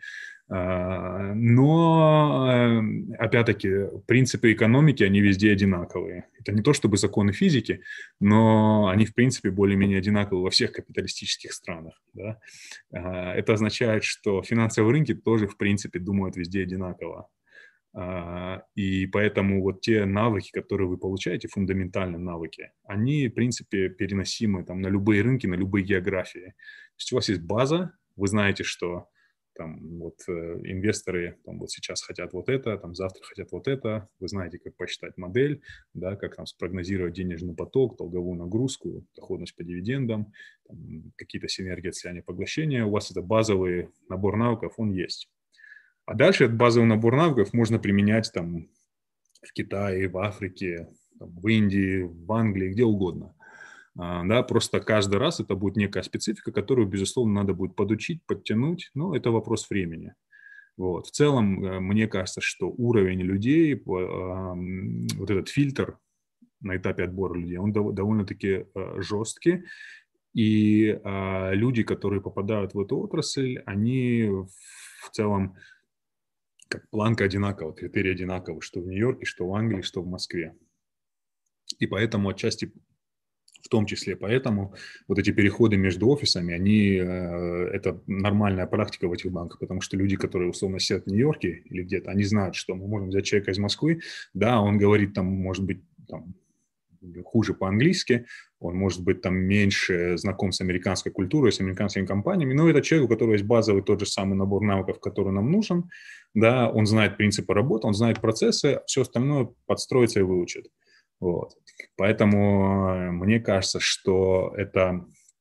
Но, опять-таки, принципы экономики, они везде одинаковые. Это не то чтобы законы физики, но они, в принципе, более-менее одинаковы во всех капиталистических странах. Да? Это означает, что финансовые рынки тоже, в принципе, думают везде одинаково. И поэтому вот те навыки, которые вы получаете, фундаментальные навыки, они, в принципе, переносимы там, на любые рынки, на любые географии. То есть у вас есть база, вы знаете, что там, вот, инвесторы там, вот сейчас хотят вот это, там, завтра хотят вот это, вы знаете, как посчитать модель, да, как там, спрогнозировать денежный поток, долговую нагрузку, доходность по дивидендам, там, какие-то синергии от слияния поглощения. У вас это базовый набор навыков, он есть. А дальше этот базовый набор навыков можно применять там в Китае, в Африке, там, в Индии, в Англии, где угодно. Да, просто каждый раз это будет некая специфика, которую, безусловно, надо будет подучить, подтянуть, но это вопрос времени. Вот. В целом, мне кажется, что уровень людей, вот этот фильтр на этапе отбора людей, он довольно-таки жесткий. И люди, которые попадают в эту отрасль, они в целом как планка одинакова, критерии одинаковы, что в Нью-Йорке, что в Англии, что в Москве. И поэтому отчасти, в том числе поэтому, вот эти переходы между офисами, это нормальная практика в этих банках, потому что люди, которые условно сидят в Нью-Йорке или где-то, они знают, что мы можем взять человека из Москвы, да, он говорит там, может быть, там, хуже по-английски, он может быть там меньше знаком с американской культурой, с американскими компаниями, но это человек, у которого есть базовый тот же самый набор навыков, который нам нужен, да, он знает принципы работы, он знает процессы, все остальное подстроится и выучит. Вот. Поэтому мне кажется, что это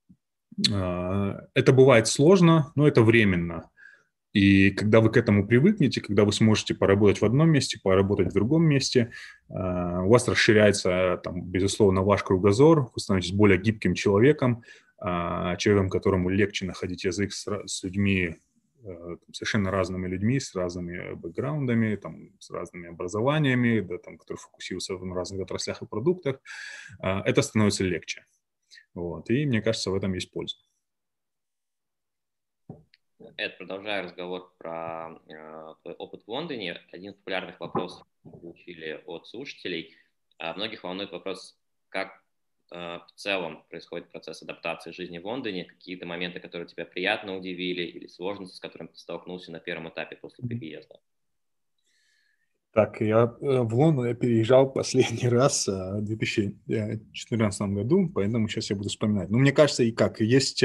бывает сложно, но это временно. И когда вы к этому привыкнете, когда вы сможете поработать в одном месте, поработать в другом месте, у вас расширяется, там, безусловно, ваш кругозор, вы становитесь более гибким человеком, человеком, которому легче находить язык с людьми совершенно разными людьми, с разными бэкграундами, там, с разными образованиями, да, там, которые фокусируются в разных отраслях и продуктах, это становится легче. Вот. И мне кажется, в этом есть польза. Эд, продолжая разговор про твой опыт в Лондоне, один из популярных вопросов, мы получили от слушателей, многих волнует вопрос, как в целом происходит процесс адаптации жизни в Лондоне, какие-то моменты, которые тебя приятно удивили, или сложности, с которыми ты столкнулся на первом этапе после переезда. Так, я в Лондон я переезжал последний раз в 2014 году, поэтому сейчас я буду вспоминать. Ну, мне кажется, и как, есть...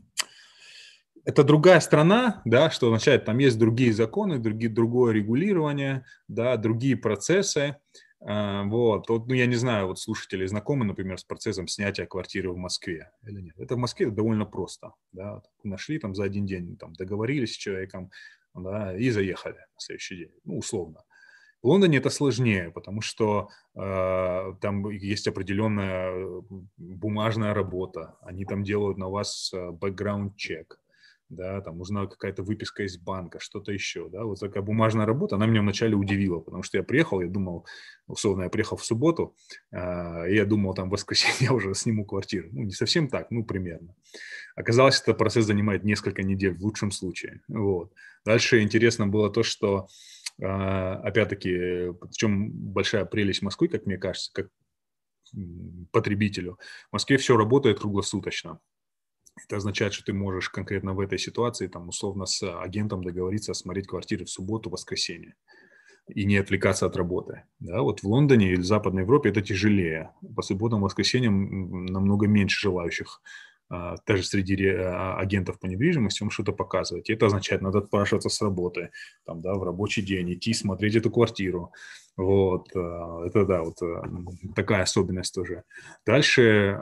Это другая страна, да, что означает, там есть другие законы, другое регулирование, да, другие процессы. Вот, ну, я не знаю, вот слушатели знакомы, например, с процессом снятия квартиры в Москве или нет. Это в Москве довольно просто, да, нашли там за один день, там договорились с человеком, да, и заехали на следующий день, ну, условно. В Лондоне это сложнее, потому что там есть определенная бумажная работа, они там делают на вас бэкграунд-чек, да, там нужна какая-то выписка из банка, что-то еще, да, вот такая бумажная работа, она меня вначале удивила, потому что я приехал, я думал, условно, я приехал в субботу, и я думал, там в воскресенье я уже сниму квартиру, ну, не совсем так, ну, примерно. Оказалось, этот процесс занимает несколько недель в лучшем случае, вот. Дальше интересно было то, что, опять-таки, в чем большая прелесть Москвы, как мне кажется, как потребителю, в Москве все работает круглосуточно. Это означает, что ты можешь конкретно в этой ситуации, там, условно, с агентом договориться осмотреть квартиры в субботу, воскресенье и не отвлекаться от работы. Да, вот в Лондоне или в Западной Европе это тяжелее. По субботам, воскресеньям намного меньше желающих, даже среди агентов по недвижимости, вам что-то показывать. И это означает, надо отпрашиваться с работы, там, да, в рабочий день, идти смотреть эту квартиру. Вот, это, да, вот такая особенность тоже. Дальше...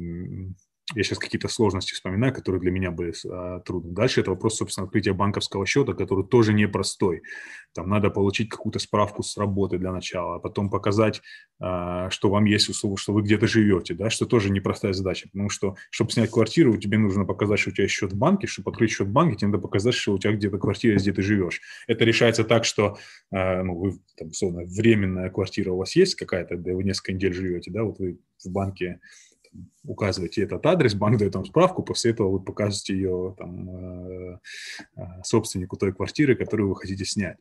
Я сейчас какие-то сложности вспоминаю, которые для меня были трудны. Дальше это вопрос, собственно, открытия банковского счета, который тоже непростой. Там надо получить какую-то справку с работы для начала, а потом показать, что вам есть условия, что вы где-то живете, да, что тоже непростая задача, потому что, чтобы снять квартиру, тебе нужно показать, что у тебя есть счет в банке, чтобы открыть счет в банке, тебе надо показать, что у тебя где-то квартира, где ты живешь. Это решается так, что ну, вы, там, условно, временная квартира у вас есть какая-то, да, вы несколько недель живете, да, вот вы в банке указываете этот адрес, банк дает вам справку, после этого вы покажете ее там, собственнику той квартиры, которую вы хотите снять.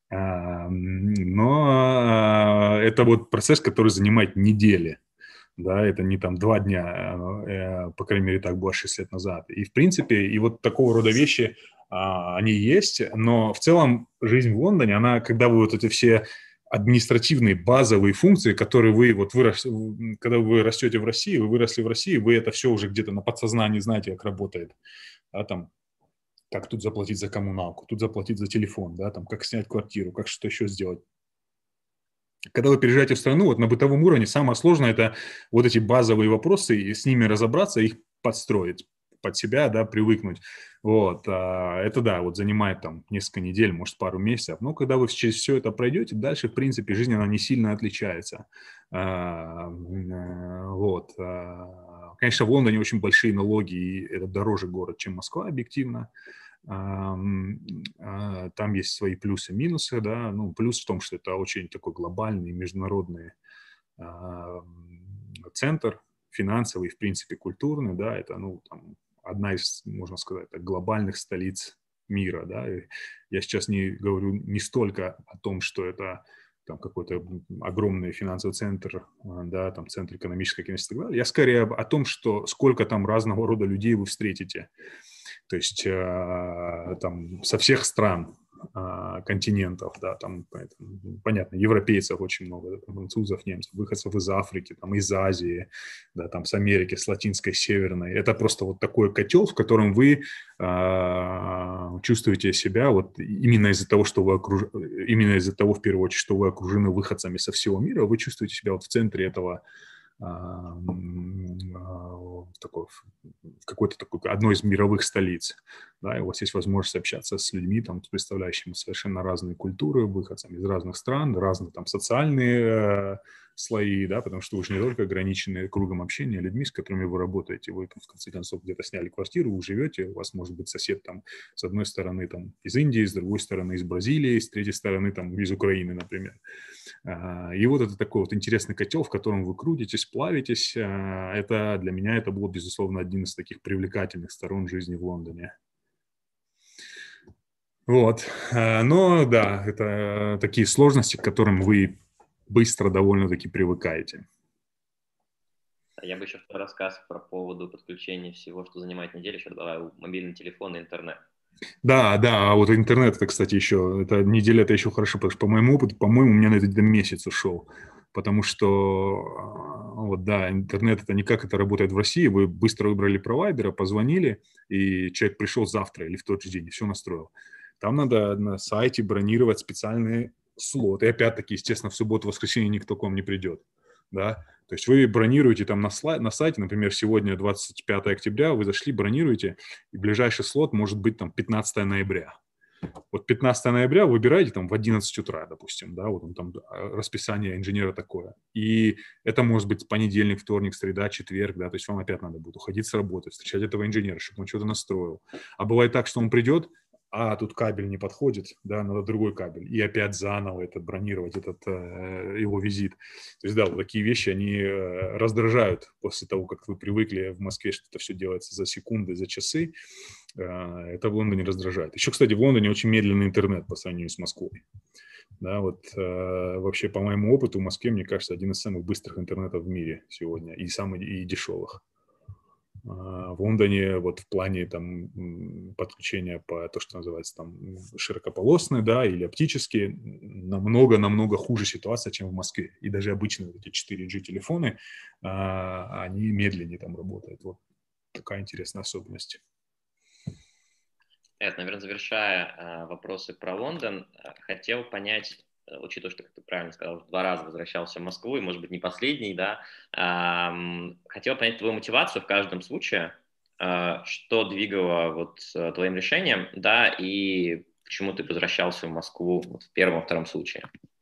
Но это вот процесс, который занимает недели. Да, это не там 2 дня, по крайней мере, так было 6 лет назад. И, в принципе, и вот такого рода вещи, они есть, но в целом жизнь в Лондоне, она, когда вы вот эти все административные базовые функции, которые вы, вот когда вы растете в России, вы выросли в России, вы это все уже где-то на подсознании знаете, как работает. Да, там, как тут заплатить за коммуналку, тут заплатить за телефон, да, там, как снять квартиру, как что еще сделать. Когда вы переезжаете в страну, вот на бытовом уровне самое сложное – это вот эти базовые вопросы, и с ними разобраться, их подстроить под себя, да, привыкнуть. Вот, это, да, вот занимает там несколько недель, может, пару месяцев. Но когда вы через все это пройдете, дальше, в принципе, жизнь, она не сильно отличается. Вот. Конечно, в Лондоне очень большие налоги, и это дороже город, чем Москва, объективно. Там есть свои плюсы и минусы, да, ну, плюс в том, что это очень такой глобальный международный центр, финансовый, в принципе, культурный, да, это, ну, там, одна из, можно сказать, глобальных столиц мира, да, и я сейчас не говорю не столько о том, что это там какой-то огромный финансовый центр, да, там центр экономической активности и так далее, я скорее о том, что сколько там разного рода людей вы встретите, то есть там со всех стран, континентов, да, там, понятно, европейцев очень много, да, французов, немцев, выходцев из Африки, там, из Азии, да, там, с Америки, с латинской, северной. Это просто вот такой котел, в котором вы чувствуете себя вот именно из-за того, что вы именно из-за того, в первую очередь, что вы окружены выходцами со всего мира, вы чувствуете себя вот в центре этого какой-то такой, одной из мировых столиц, да, и у вас есть возможность общаться с людьми, там, представляющими совершенно разные культуры, выходцами из разных стран, разные там социальные слои, да, потому что вы же не только ограничены кругом общения, людьми, с которыми вы работаете, вы, там, в конце концов, где-то сняли квартиру, вы живете, у вас может быть сосед там с одной стороны там из Индии, с другой стороны из Бразилии, с третьей стороны там из Украины, например. И вот это такой вот интересный котел, в котором вы крутитесь, плавитесь. Это для меня это было, безусловно, один из таких привлекательных сторон жизни в Лондоне. Вот. Но да, это такие сложности, к которым вы быстро довольно-таки привыкаете. Я бы еще в рассказ про поводу подключения всего, что занимает неделю, еще добавил мобильный телефон и интернет. Да, а вот интернет, это, кстати, еще, это неделя, это еще хорошо, потому что по моему опыту, по-моему, у меня на это где-то месяц ушел, потому что, вот да, интернет, это не как это работает в России, вы быстро выбрали провайдера, позвонили, и человек пришел завтра или в тот же день и все настроил. Там надо на сайте бронировать специальные слоты, и опять-таки, естественно, в субботу-воскресенье никто к вам не придет, да. То есть вы бронируете там на сайте, например, сегодня 25 октября, вы зашли, бронируете, и ближайший слот может быть там 15 ноября. Вот 15 ноября выбираете там в 11 утра, допустим, да, вот он там расписание инженера такое. И это может быть понедельник, вторник, среда, четверг, да, то есть вам опять надо будет уходить с работы, встречать этого инженера, чтобы он что-то настроил. А бывает так, что он придет, тут кабель не подходит, да, надо другой кабель, и опять заново это бронировать, его визит. То есть, да, вот такие вещи, они раздражают после того, как вы привыкли в Москве, что это все делается за секунды, за часы. Это в Лондоне раздражает. Еще, кстати, в Лондоне очень медленный интернет по сравнению с Москвой. Да, вот вообще, по моему опыту, в Москве, мне кажется, один из самых быстрых интернетов в мире сегодня и дешевых. В Лондоне вот в плане там подключения по то, что называется там широкополосные, да, или оптические, намного хуже ситуация, чем в Москве. И даже обычные вот эти 4G телефоны, они медленнее там работают. Вот такая интересная особенность. Эд, наверное, завершая вопросы про Лондон, хотел понять, учитывая, что, как ты правильно сказал, 2 раза возвращался в Москву, и, может быть, не последний, да, хотел понять твою мотивацию в каждом случае, что двигало вот твоим решением, да, и почему ты возвращался в Москву вот в первом, втором случае.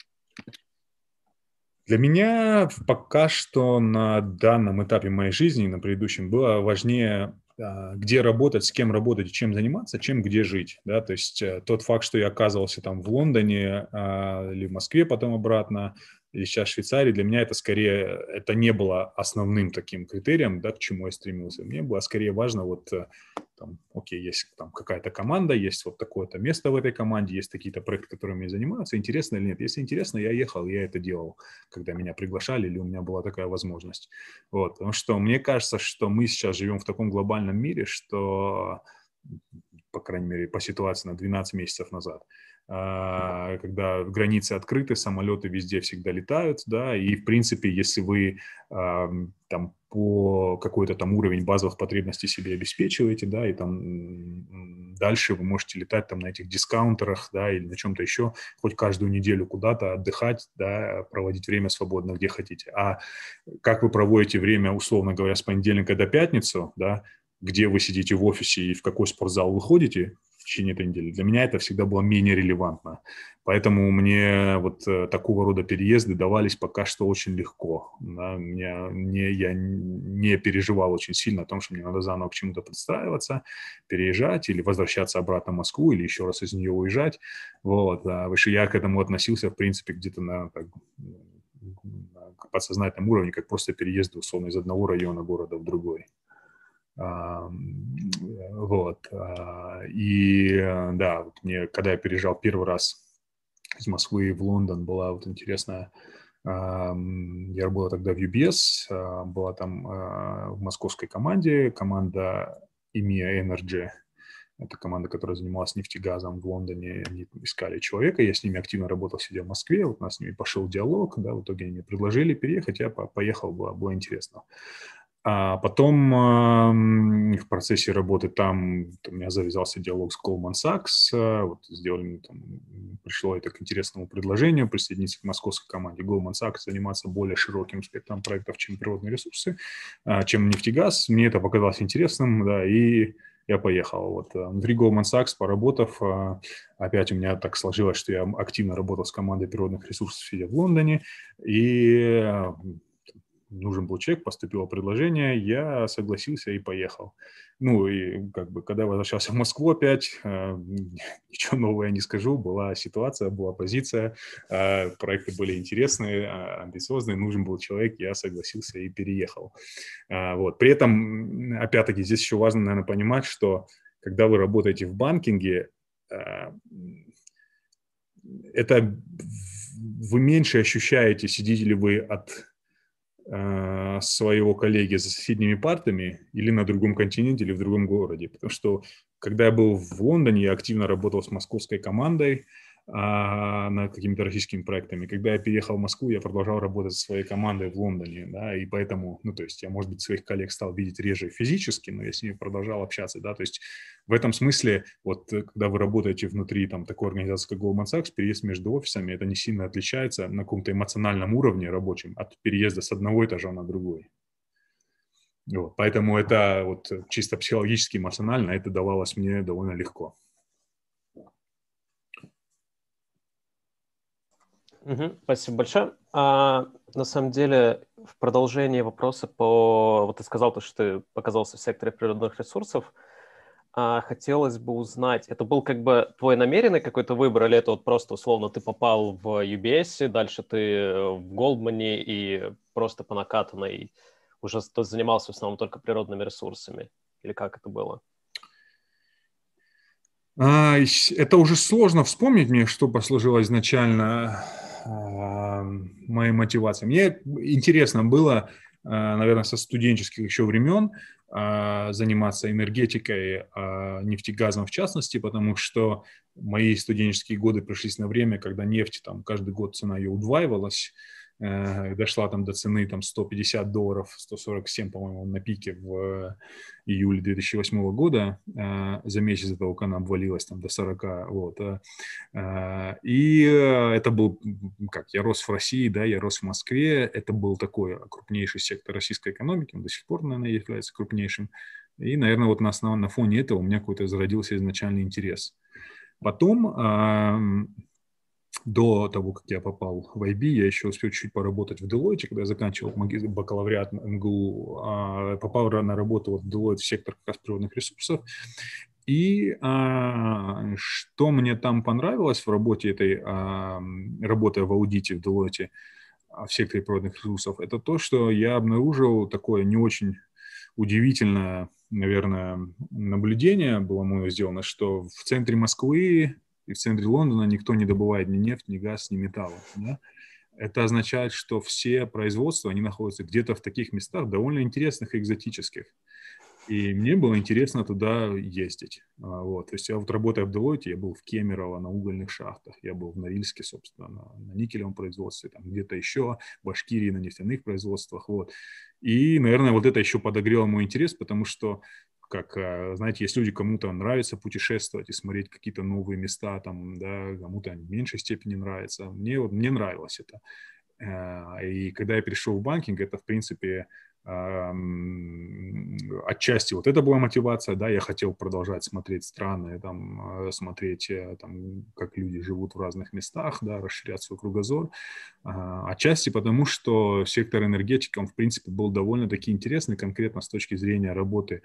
Для меня пока что на данном этапе моей жизни, на предыдущем, было важнее, где работать, с кем работать и чем заниматься, чем где жить. Да? То есть тот факт, что я оказывался там в Лондоне или в Москве потом обратно, или сейчас в Швейцарии, для меня это скорее, это не было основным таким критерием, да, к чему я стремился. Мне было скорее важно вот там, окей, есть там какая-то команда, есть вот такое-то место в этой команде, есть какие-то проекты, которыми я занимаюсь, интересно или нет. Если интересно, я ехал, я это делал, когда меня приглашали или у меня была такая возможность. Вот. Потому что мне кажется, что мы сейчас живем в таком глобальном мире, что, по крайней мере, по ситуации на 12 месяцев назад, когда границы открыты, самолеты везде всегда летают, да, и, в принципе, если вы там по какой-то там уровень базовых потребностей себе обеспечиваете, да, и там дальше вы можете летать там на этих дискаунтерах, да, или на чем-то еще, хоть каждую неделю куда-то отдыхать, да, проводить время свободно, где хотите. А как вы проводите время, условно говоря, с понедельника до пятницы, да, где вы сидите в офисе и в какой спортзал вы ходите в течение этой недели, для меня это всегда было менее релевантно. Поэтому мне вот такого рода переезды давались пока что очень легко. Да. Я не переживал очень сильно о том, что мне надо заново к чему-то подстраиваться, переезжать или возвращаться обратно в Москву, или еще раз из нее уезжать. Вот. Выше я к этому относился, в принципе, где-то на подсознательном уровне, как просто переезд, условно, из одного района города в другой. Вот. И да, вот мне, когда я переезжал первый раз из Москвы в Лондон, была вот интересная, я работал тогда в UBS, была там в московской команде, команда EMEA Energy, это команда, которая занималась нефтегазом в Лондоне, они искали человека, я с ними активно работал, сидя в Москве, вот у нас с ними пошел диалог, да, в итоге они мне предложили переехать, я поехал, было интересно. А потом в процессе работы там у меня завязался диалог с Goldman Sachs, вот сделали, там, пришло это к интересному предложению присоединиться к московской команде Goldman Sachs, заниматься более широким спектром проектов, чем природные ресурсы, чем нефтегаз. Мне это показалось интересным, да, и я поехал. Вот внутри Goldman Sachs, поработав, опять у меня так сложилось, что я активно работал с командой природных ресурсов, сидя в Лондоне, и нужен был человек, поступило предложение, я согласился и поехал. Ну, и как бы, когда возвращался в Москву опять, ничего нового я не скажу, была ситуация, была позиция, проекты были интересные, амбициозные, нужен был человек, я согласился и переехал. Вот. При этом, опять-таки, здесь еще важно, наверное, понимать, что когда вы работаете в банкинге, это вы меньше ощущаете, сидите ли вы от своего коллеги за соседними партами или на другом континенте, или в другом городе. Потому что, когда я был в Лондоне, я активно работал с московской командой над какими-то российскими проектами. Когда я переехал в Москву, я продолжал работать со своей командой в Лондоне, да, и поэтому, ну, то есть я, может быть, своих коллег стал видеть реже физически, но я с ними продолжал общаться, да, то есть в этом смысле, вот, когда вы работаете внутри, там, такой организации, как Goldman Sachs, переезд между офисами, это не сильно отличается на каком-то эмоциональном уровне рабочем от переезда с одного этажа на другой. Вот, поэтому это вот чисто психологически, эмоционально это давалось мне довольно легко. Спасибо большое. На самом деле, в продолжении вопроса вот ты сказал, что ты показался в секторе природных ресурсов, хотелось бы узнать, это был как бы твой намеренный какой-то выбор, или это вот просто условно ты попал в UBS, дальше ты в Goldman и просто по накатанной уже занимался в основном только природными ресурсами? Или как это было? Это уже сложно вспомнить мне, что послужило изначально моей мотивацией. Мне интересно было, наверное, со студенческих еще времен заниматься энергетикой, нефтегазом в частности, потому что мои студенческие годы пришлись на время, когда нефть, там, каждый год цена ее удваивалась, дошла там до цены там, $150, 147, по-моему, на пике в июле 2008 года. За месяц до того, как она обвалилась там, до 40. Вот. И это был, как я рос в России, да, я рос в Москве, это был такой крупнейший сектор российской экономики, он до сих пор, наверное, является крупнейшим. И, наверное, вот на фоне этого у меня какой-то зародился изначальный интерес. Потом, до того, как я попал в IB, я еще успел чуть поработать в Deloitte, когда я заканчивал бакалавриат МГУ, попал на работу вот в Deloitte в сектор как раз природных ресурсов. И что мне там понравилось в работе этой, работая в аудите в Deloitte в секторе природных ресурсов, это то, что я обнаружил такое не очень удивительное, наверное, наблюдение было мое сделано, что в центре Москвы и в центре Лондона никто не добывает ни нефть, ни газ, ни металл. Да? Это означает, что все производства, они находятся где-то в таких местах довольно интересных и экзотических. И мне было интересно туда ездить. Вот. То есть я вот работая в Deloitte, я был в Кемерово на угольных шахтах, я был в Норильске, собственно, на никелевом производстве, там где-то еще, в Башкирии на нефтяных производствах. Вот. И, наверное, вот это еще подогрело мой интерес, потому что, как, знаете, есть люди, кому-то нравится путешествовать и смотреть какие-то новые места, там, да, кому-то в меньшей степени нравится. Мне нравилось это. И когда я перешел в банкинг, это, в принципе, отчасти вот это была мотивация, да, я хотел продолжать смотреть страны, там, смотреть, там, как люди живут в разных местах, да, расширять свой кругозор, отчасти потому, что сектор энергетики, он, в принципе, был довольно-таки интересный, конкретно с точки зрения работы,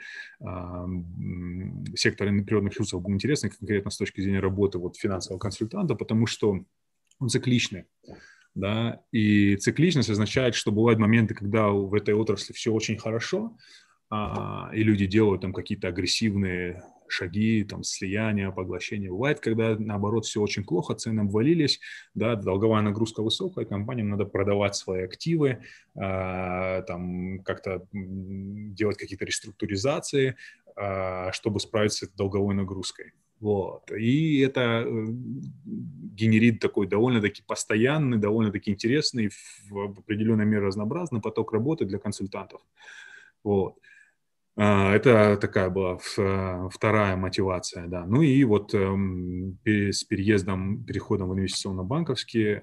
сектор природных ресурсов был интересный, конкретно с точки зрения работы вот финансового консультанта, потому что он цикличный. Да? И цикличность означает, что бывают моменты, когда в этой отрасли все очень хорошо, и люди делают там какие-то агрессивные шаги, там, слияния, поглощения. Бывает, когда, наоборот, все очень плохо, цены обвалились, да, долговая нагрузка высокая, компаниям надо продавать свои активы, там, как-то делать какие-то реструктуризации, чтобы справиться с этой долговой нагрузкой. Вот. И это генерит такой довольно-таки постоянный, довольно-таки интересный, в определенной мере разнообразный поток работы для консультантов. Вот. Это такая была вторая мотивация, да. Ну и вот с переходом в инвестиционно-банковскую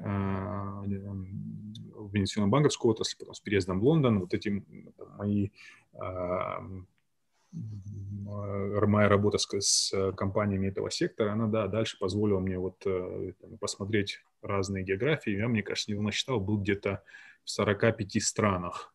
отрасль, потом с переездом в Лондон, вот эти мои моя работа с компаниями этого сектора, она, да, дальше позволила мне вот посмотреть разные географии. Я, мне кажется, недавно считал, был где-то в 45 странах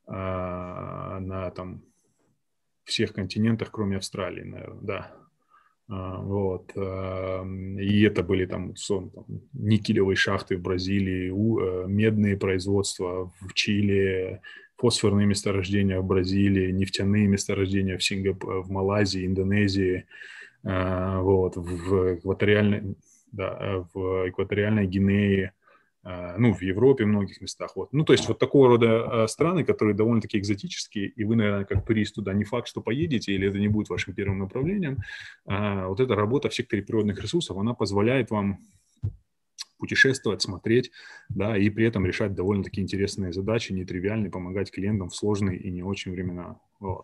на там всех континентах, кроме Австралии, наверное, да. Вот. И это были там никелевые шахты в Бразилии, медные производства в Чили, фосфорные месторождения в Бразилии, нефтяные месторождения в Малайзии, Индонезии, вот, в экваториальной Гвинее, ну, в Европе, в многих местах. Вот. Ну, то есть вот такого рода страны, которые довольно-таки экзотические, и вы, наверное, как турист туда не факт, что поедете, или это не будет вашим первым направлением. Вот эта работа в секторе природных ресурсов, она позволяет вам путешествовать, смотреть, да, и при этом решать довольно-таки интересные задачи, нетривиальные, помогать клиентам в сложные и не очень времена. Вот.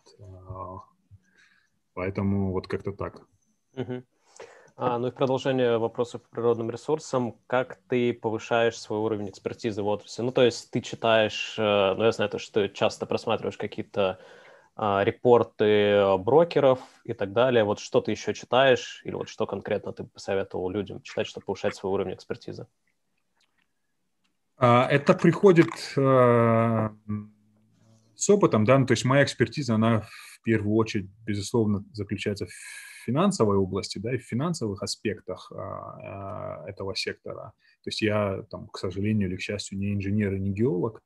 Поэтому вот как-то так. Ну и в продолжение вопросов по природным ресурсам, как ты повышаешь свой уровень экспертизы в отрасли? Ну, то есть ты читаешь, ну, я знаю, что ты часто просматриваешь какие-то репорты брокеров и так далее. Вот что ты еще читаешь, или вот что конкретно ты посоветовал людям читать, чтобы повышать свой уровень экспертизы? Это приходит с опытом, да, ну, то есть моя экспертиза, она в первую очередь, безусловно, заключается в финансовой области, да, и в финансовых аспектах этого сектора. То есть я, там, к сожалению или к счастью, не инженер и не геолог,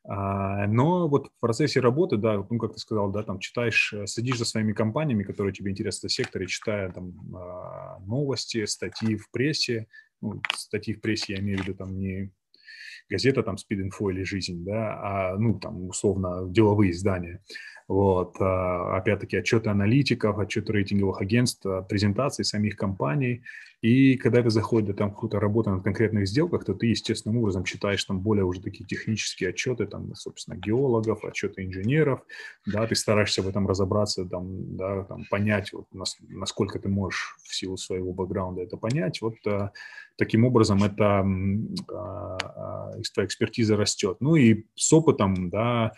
но вот в процессе работы, да, ну, как ты сказал, да, там читаешь, следишь за своими компаниями, которые тебе интересны в секторе, читая там новости, статьи в прессе, ну, статьи в прессе я имею в виду там не газета там «Спид-инфо» или «Жизнь», да, ну, там, условно, деловые издания. Вот. Опять-таки, отчеты аналитиков, отчеты рейтинговых агентств, презентации самих компаний. И когда это заходит, там, какую-то работу над конкретных сделках, то ты естественным образом читаешь там более уже такие технические отчеты, там, собственно, геологов, отчеты инженеров, да, ты стараешься в этом разобраться, там, да, там, понять, вот, насколько ты можешь в силу своего бэкграунда это понять. Вот таким образом это экспертиза растет. Ну и с опытом, да,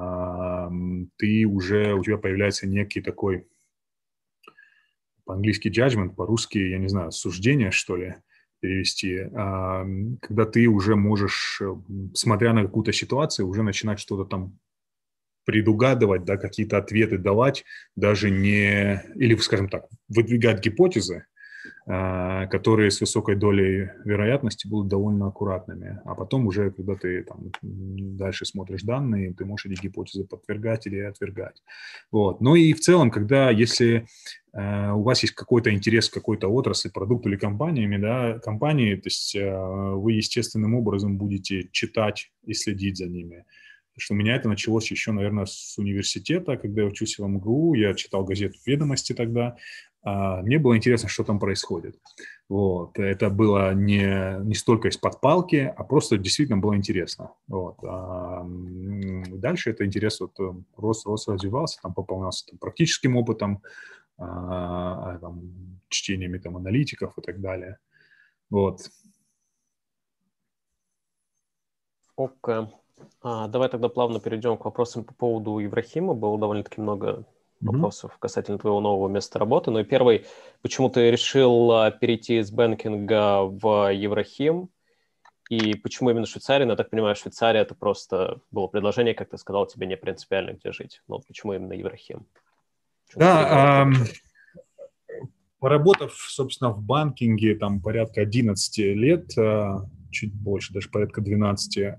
у тебя появляется некий такой, по-английски judgment, по-русски, я не знаю, суждение, что ли, перевести, когда ты уже можешь, смотря на какую-то ситуацию, уже начинать что-то там предугадывать, да, какие-то ответы давать, даже не, или, скажем так, выдвигать гипотезы, которые с высокой долей вероятности будут довольно аккуратными. А потом уже, когда ты там дальше смотришь данные, ты можешь эти гипотезы подтверждать или отвергать. Вот. Ну и в целом, если у вас есть какой-то интерес к какой-то отрасли, продукту или компании, то есть вы естественным образом будете читать и следить за ними. Потому что у меня это началось еще, наверное, с университета, когда я учился в МГУ, я читал газету «Ведомости» тогда. Мне было интересно, что там происходит. Вот. Это было не столько из-под палки, а просто действительно было интересно. Вот. Дальше этот интерес рос, развивался, там пополнялся практическим опытом, чтениями аналитиков и так далее. Вот. Окей. Давай тогда плавно перейдем к вопросам по поводу Еврахима. Было довольно-таки много вопросов касательно твоего нового места работы. Ну и первый, почему ты решил перейти из бэнкинга в Еврахим? И почему именно Швейцария? Ну, я так понимаю, Швейцария — это просто было предложение, как ты сказал, тебе не принципиально, где жить. Но почему именно Еврахим? Да, поработав, собственно, в банкинге там порядка 11 лет, чуть больше, даже порядка 12,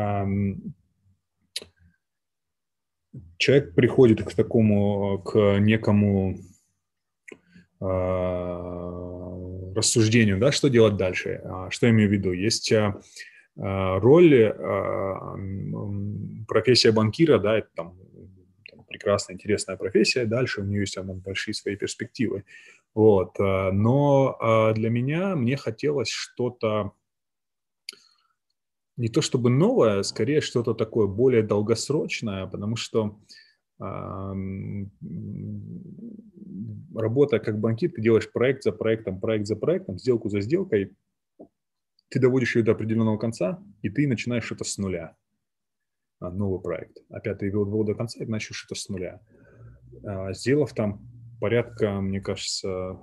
человек приходит к некому рассуждению, да, что делать дальше. Что я имею в виду? Есть роль, профессия банкира, да, это там прекрасная, интересная профессия, дальше у нее есть большие свои перспективы. Вот. Но для меня, мне хотелось что-то не то чтобы новое, скорее что-то такое более долгосрочное, потому что работая как банкир, ты делаешь проект за проектом, сделку за сделкой, ты доводишь ее до определенного конца, и ты начинаешь что-то с нуля. Новый проект. Опять ты его довел до конца, и начнешь что-то с нуля. Сделав там порядка, мне кажется,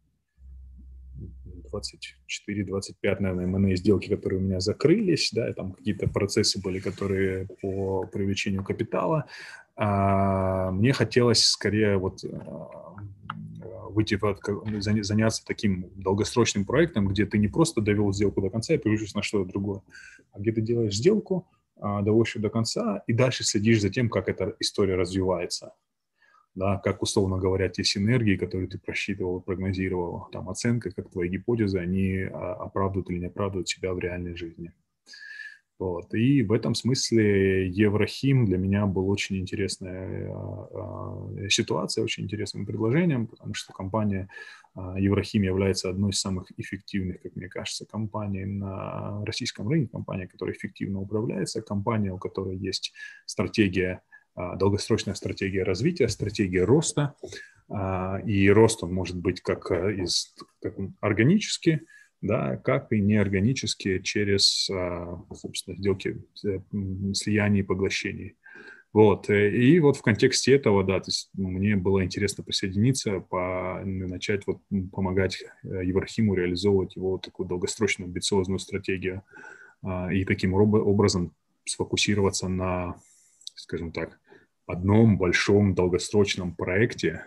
24-25, наверное, M&A сделки, которые у меня закрылись, да, и там какие-то процессы были, которые по привлечению капитала. Мне хотелось скорее вот выйти, заняться таким долгосрочным проектом, где ты не просто довел сделку до конца и переключишься на что-то другое, а где ты делаешь сделку, доводишь ее до конца и дальше следишь за тем, как эта история развивается. Да, как, условно говоря, те синергии, которые ты просчитывал, прогнозировал, там оценка, как твои гипотезы, они оправдывают или не оправдывают себя в реальной жизни. Вот. И в этом смысле Еврохим для меня был очень интересная ситуация, очень интересным предложением, потому что компания Еврохим является одной из самых эффективных, как мне кажется, компаний на российском рынке, компания, которая эффективно управляется, компания, у которой есть стратегия, долгосрочная стратегия развития, стратегия роста, и рост он может быть как органически, да, как и неорганически через, собственно, сделки слияний и поглощений. Вот. И вот в контексте этого, да, то есть мне было интересно присоединиться, начать вот помогать Еврохиму реализовывать его такую долгосрочную амбициозную стратегию и таким образом сфокусироваться на, скажем так, одном большом долгосрочном проекте,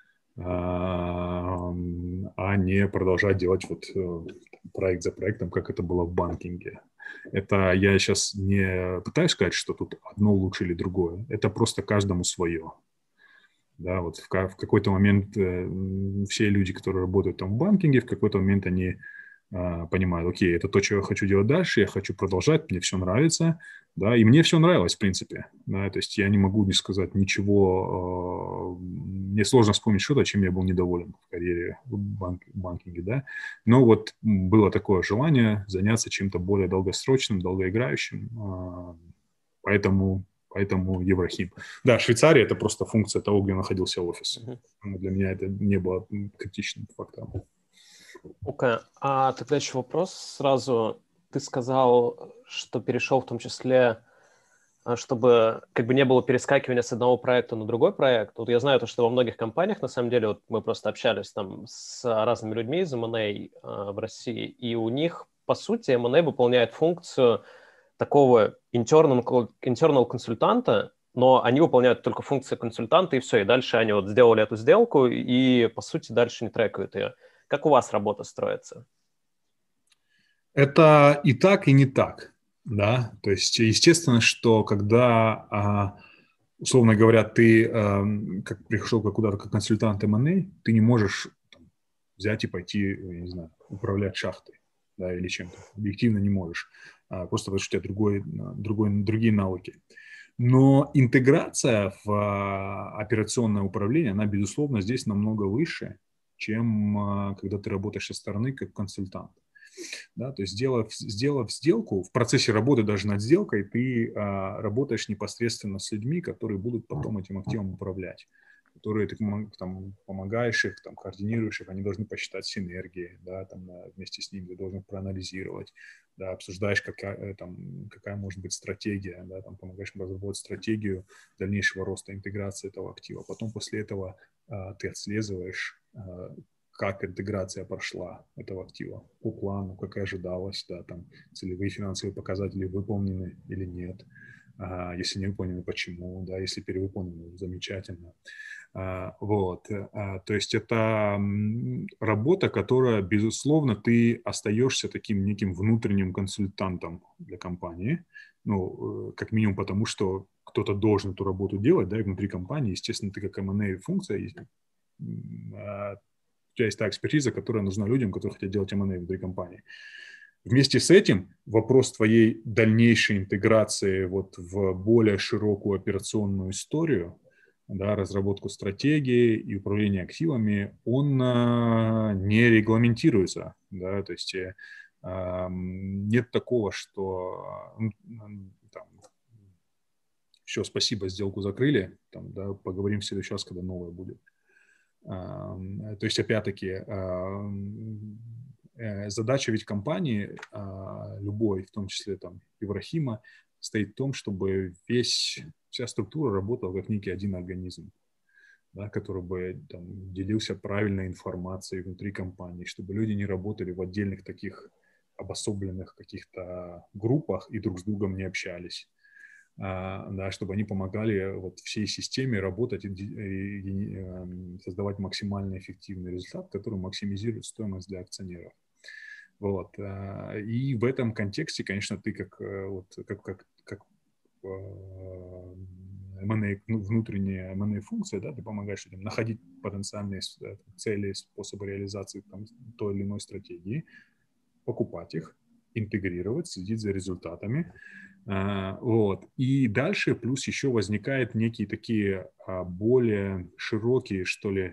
а не продолжать делать вот проект за проектом, как это было в банкинге. Это я сейчас не пытаюсь сказать, что тут одно лучше или другое. Это просто каждому свое. Да, вот в какой-то момент все люди, которые работают там в банкинге, в какой-то момент они понимают, окей, это то, что я хочу делать дальше, я хочу продолжать, мне все нравится, да, и мне все нравилось, в принципе, да, то есть я не могу не сказать ничего, мне сложно вспомнить что-то, чем я был недоволен в карьере в банкинге, да, но вот было такое желание заняться чем-то более долгосрочным, долгоиграющим, поэтому Еврохим. Да, Швейцария – это просто функция того, где находился офис. Для меня это не было критичным фактором. Окей. А тогда еще вопрос сразу. Ты сказал, что перешел в том числе, чтобы как бы не было перескакивания с одного проекта на другой проект. Вот я знаю, что во многих компаниях, на самом деле, вот мы просто общались там с разными людьми из M&A в России, и у них, по сути, M&A выполняет функцию такого internal консультанта, но они выполняют только функции консультанта, и все, и дальше они вот сделали эту сделку, и, по сути, дальше не трекают ее. Как у вас работа строится? Это и так, и не так, да, то есть естественно, что когда, условно говоря, ты как пришел куда-то как консультант M&A, ты не можешь взять и пойти, я не знаю, управлять шахтой, да, или чем-то, объективно не можешь, просто потому что у тебя другие навыки. Но интеграция в операционное управление, она, безусловно, здесь намного выше, чем когда ты работаешь со стороны как консультант. Да, то есть сделав сделку, в процессе работы даже над сделкой, ты работаешь непосредственно с людьми, которые будут потом этим активом управлять, которые ты там, помогаешь их, там, координируешь их, они должны посчитать синергии, да, там, вместе с ними ты должен проанализировать, да, обсуждаешь, какая может быть стратегия, да, там, помогаешь им разработать стратегию дальнейшего роста интеграции этого актива. Потом после этого ты отслеживаешь, как интеграция прошла этого актива по плану, как и ожидалось, да, там целевые финансовые показатели выполнены или нет, если не выполнены, почему, да, если перевыполнены, замечательно. Вот, то есть это работа, которая, безусловно, ты остаешься таким неким внутренним консультантом для компании, ну, как минимум потому, что кто-то должен эту работу делать, да, и внутри компании, естественно, ты как M&A функция, у тебя есть та экспертиза, которая нужна людям, которые хотят делать M&A внутри компании. Вместе с этим вопрос твоей дальнейшей интеграции вот в более широкую операционную историю, да, разработку стратегии и управление активами, он не регламентируется. Да, то есть нет такого, что там, все, спасибо, сделку закрыли, там, да, поговорим в следующий раз, когда новое будет. То есть, опять-таки, задача ведь компании любой, в том числе там Еврохима, стоит в том, чтобы вся структура работала как некий один организм. да, который бы там, делился правильной информацией внутри компании, чтобы люди не работали в отдельных таких обособленных каких-то группах и друг с другом не общались. Да, чтобы они помогали вот всей системе работать и создавать максимально эффективный результат, который максимизирует стоимость для акционеров. Вот. И в этом контексте, конечно, ты как M&A, внутренняя M&A функция, да, ты помогаешь людям находить потенциальные цели, способы реализации там, той или иной стратегии, покупать их, интегрировать, следить за результатами. Вот. И дальше плюс еще возникают некие такие более широкие, что ли,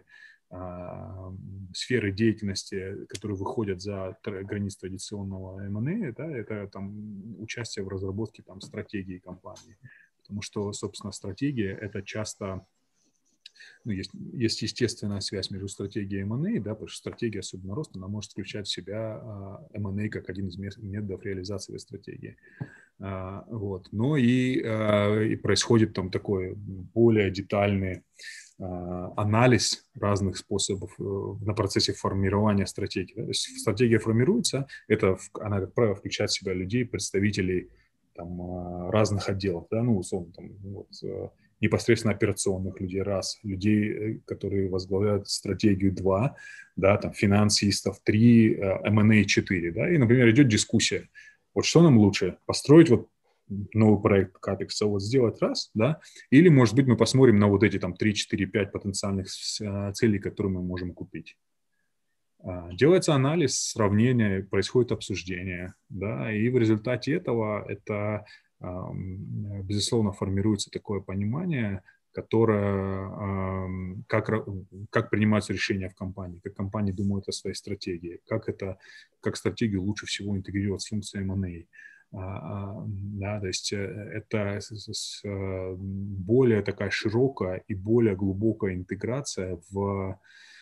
сферы деятельности, которые выходят за границы традиционного M&A, да, это там участие в разработке там стратегии компании. Потому что, собственно, стратегия — это часто... Ну, есть естественная связь между стратегией и M&A, да, потому что стратегия, особенно роста, она может включать в себя M&A как один из методов реализации этой стратегии. Вот. Но и происходит там такой более детальный анализ разных способов на процессе формирования стратегии. Да? То есть стратегия формируется, она, как правило, включает в себя людей, представителей там, разных отделов, да, ну, условно, там, вот, непосредственно операционных людей, людей, которые возглавляют стратегию 2, да, там, финансистов 3, M&A 4, да, и, например, идет дискуссия. Вот что нам лучше? Построить вот новый проект Capex, вот сделать раз, да, или, может быть, мы посмотрим на вот эти там 3, 4, 5 потенциальных целей, которые мы можем купить. Делается анализ, сравнение, происходит обсуждение, да, и в результате этого это, безусловно, формируется такое понимание, которое, как принимаются решения в компании, как компании думают о своей стратегии, как стратегию лучше всего интегрировать с функцией M&A. Да, то есть это более такая широкая и более глубокая интеграция в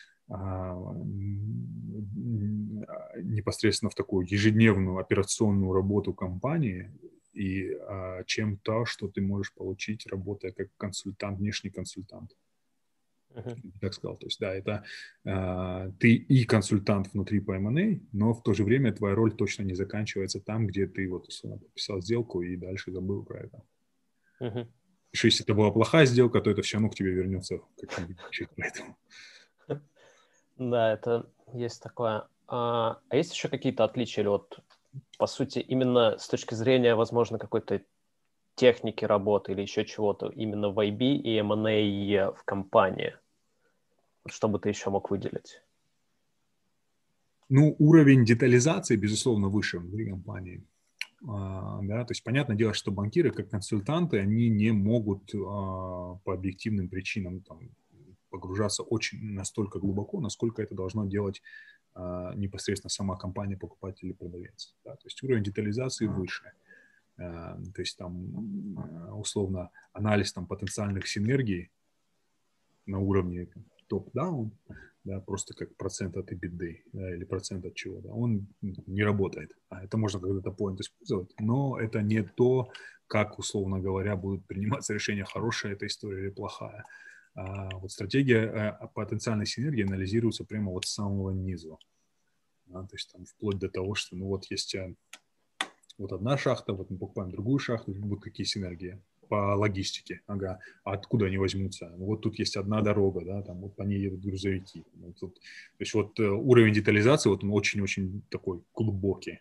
непосредственно в такую ежедневную операционную работу компании, и чем то, что ты можешь получить, работая как консультант, внешний консультант. Так сказал. То есть, да, это ты и консультант внутри по M&A, но в то же время твоя роль точно не заканчивается там, где ты вот подписал сделку и дальше забыл про это. Если это была плохая сделка, то это все равно к тебе вернется как-нибудь. Поэтому. Да, это есть такое. А есть еще какие-то отличия? Или вот, по сути, именно с точки зрения, возможно, какой-то техники работы или еще чего-то, именно в IB и M&A в компании? Что бы ты еще мог выделить? Ну, уровень детализации, безусловно, выше внутри компании. Да, то есть, понятное дело, что банкиры, как консультанты, они не могут по объективным причинам там, погружаться очень настолько глубоко, насколько это должно делать непосредственно сама компания, покупатель или продавец. Да? То есть уровень детализации выше. То есть там условно анализ там, потенциальных синергий на уровне топ-даун, да, просто как процент от EBITDA, да, или процент от чего, да, он не работает. Это можно когда-то point использовать, но это не то, как, условно говоря, будут приниматься решения, хорошая эта история или плохая. Вот стратегия потенциальной синергии анализируется прямо вот с самого низу. Да, то есть там вплоть до того, что ну вот есть вот одна шахта, вот мы покупаем другую шахту, будут какие синергии по логистике, ага, а откуда они возьмутся? Ну, вот тут есть одна дорога, да, там вот по ней едут грузовики. Вот тут, то есть вот уровень детализации, вот он очень-очень такой глубокий.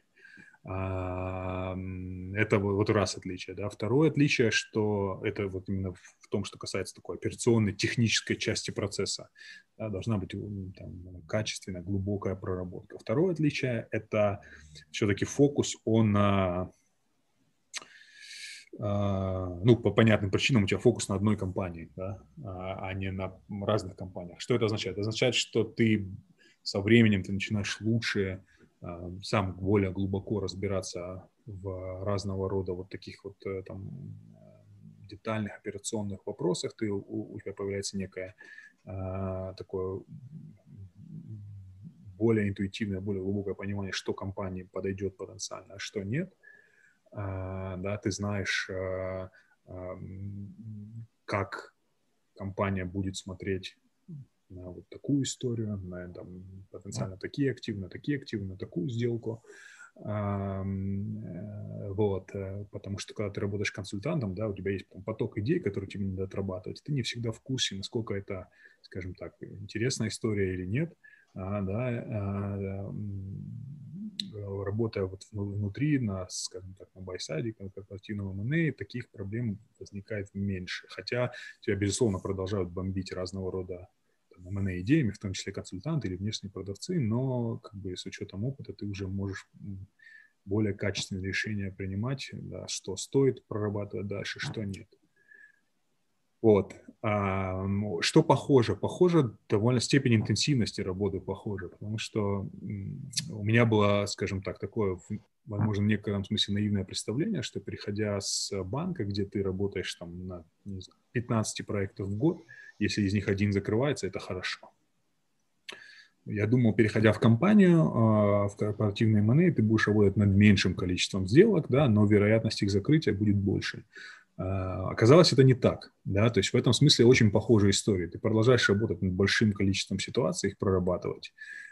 Это вот раз отличие, да. Второе отличие, что это вот именно в том, что касается такой операционной, технической части процесса, да, должна быть там, качественная, глубокая проработка. Второе отличие – это все-таки фокус, он ну, по понятным причинам у тебя фокус на одной компании, да, а не на разных компаниях. Что это означает? Это означает, что ты со временем ты начинаешь лучше, сам более глубоко разбираться в разного рода вот таких вот там детальных операционных вопросах. У тебя появляется некое такое более интуитивное, более глубокое понимание, что компании подойдет потенциально, а что нет. Да, ты знаешь, как компания будет смотреть на вот такую историю, на там, потенциально такие активы, на такую сделку. Вот, потому что когда ты работаешь консультантом, да, у тебя есть поток идей, которые тебе надо отрабатывать, ты не всегда в курсе, насколько это, скажем так, интересная история или нет, работая вот внутри, скажем так, на buy-side, корпоративного M&A, таких проблем возникает меньше, хотя тебя, безусловно, продолжают бомбить разного рода M&A-идеями, в том числе консультанты или внешние продавцы, но как бы с учетом опыта ты уже можешь более качественные решения принимать, да, что стоит прорабатывать дальше, что нет. Вот. Что похоже? Похоже, довольно степень интенсивности работы похожа, потому что у меня было, скажем так, такое, возможно, в некотором смысле наивное представление, что переходя с банка, где ты работаешь там на 15 проектов в год, если из них один закрывается, это хорошо. Я думал, переходя в компанию, в корпоративный M&A, ты будешь работать над меньшим количеством сделок, да, но вероятность их закрытия будет больше. Оказалось, это не так. Да? То есть в этом смысле очень похожая история. Ты продолжаешь работать над большим количеством ситуаций, их прорабатывать.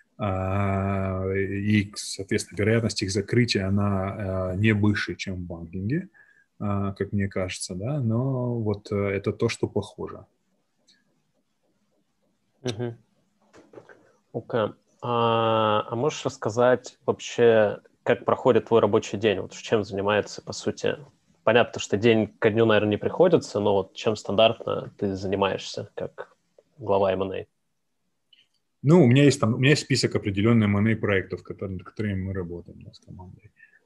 И, соответственно, вероятность их закрытия, она не выше, чем в банкинге, как мне кажется. Да? Но вот это то, что похоже. Окей. А можешь рассказать вообще, как проходит твой рабочий день? Вот чем занимается, по сути? Понятно, что день ко дню, наверное, не приходится, но вот чем стандартно ты занимаешься как глава M&A? Ну, у меня есть список определенных M&A проектов, над которыми мы работаем с командой.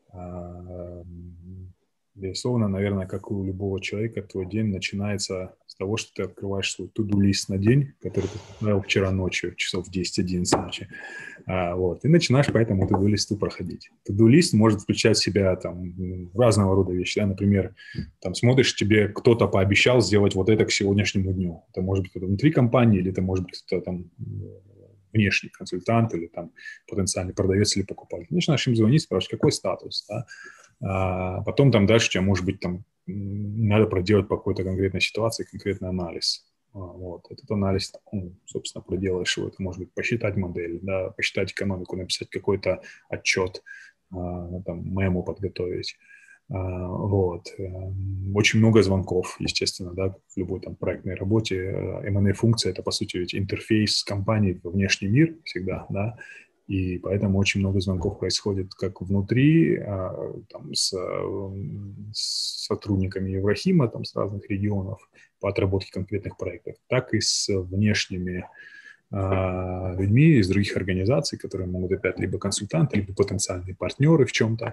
Безусловно, наверное, как у любого человека, твой день начинается с того, что ты открываешь свой to-do-лист на день, который ты составил вчера ночью, часов в 10-11 ночи. Вот, и начинаешь по этому to-do-листу проходить. To-do-лист может включать в себя там разного рода вещи. Да? Например, там смотришь, тебе кто-то пообещал сделать вот это к сегодняшнему дню. Это может быть кто-то внутри компании, или это может быть кто-то там внешний консультант, или там потенциальный продавец или покупатель. Начинаешь им звонить, спрашивать, какой статус, да? Потом там дальше у тебя, может быть, там надо проделать по какой-то конкретной ситуации конкретный анализ. Вот. Этот анализ, собственно, проделаешь его. Это может быть посчитать модель, да, посчитать экономику, написать какой-то отчет, там, мемо подготовить. Вот. Очень много звонков, естественно, да, в любой там проектной работе. M&A-функция – это, по сути, ведь интерфейс компании во внешний мир всегда, да, и поэтому очень много звонков происходит как внутри, там, с сотрудниками Еврохима, там, с разных регионов по отработке конкретных проектов, так и с внешними людьми из других организаций, которые могут опять либо консультанты, либо потенциальные партнеры в чем-то,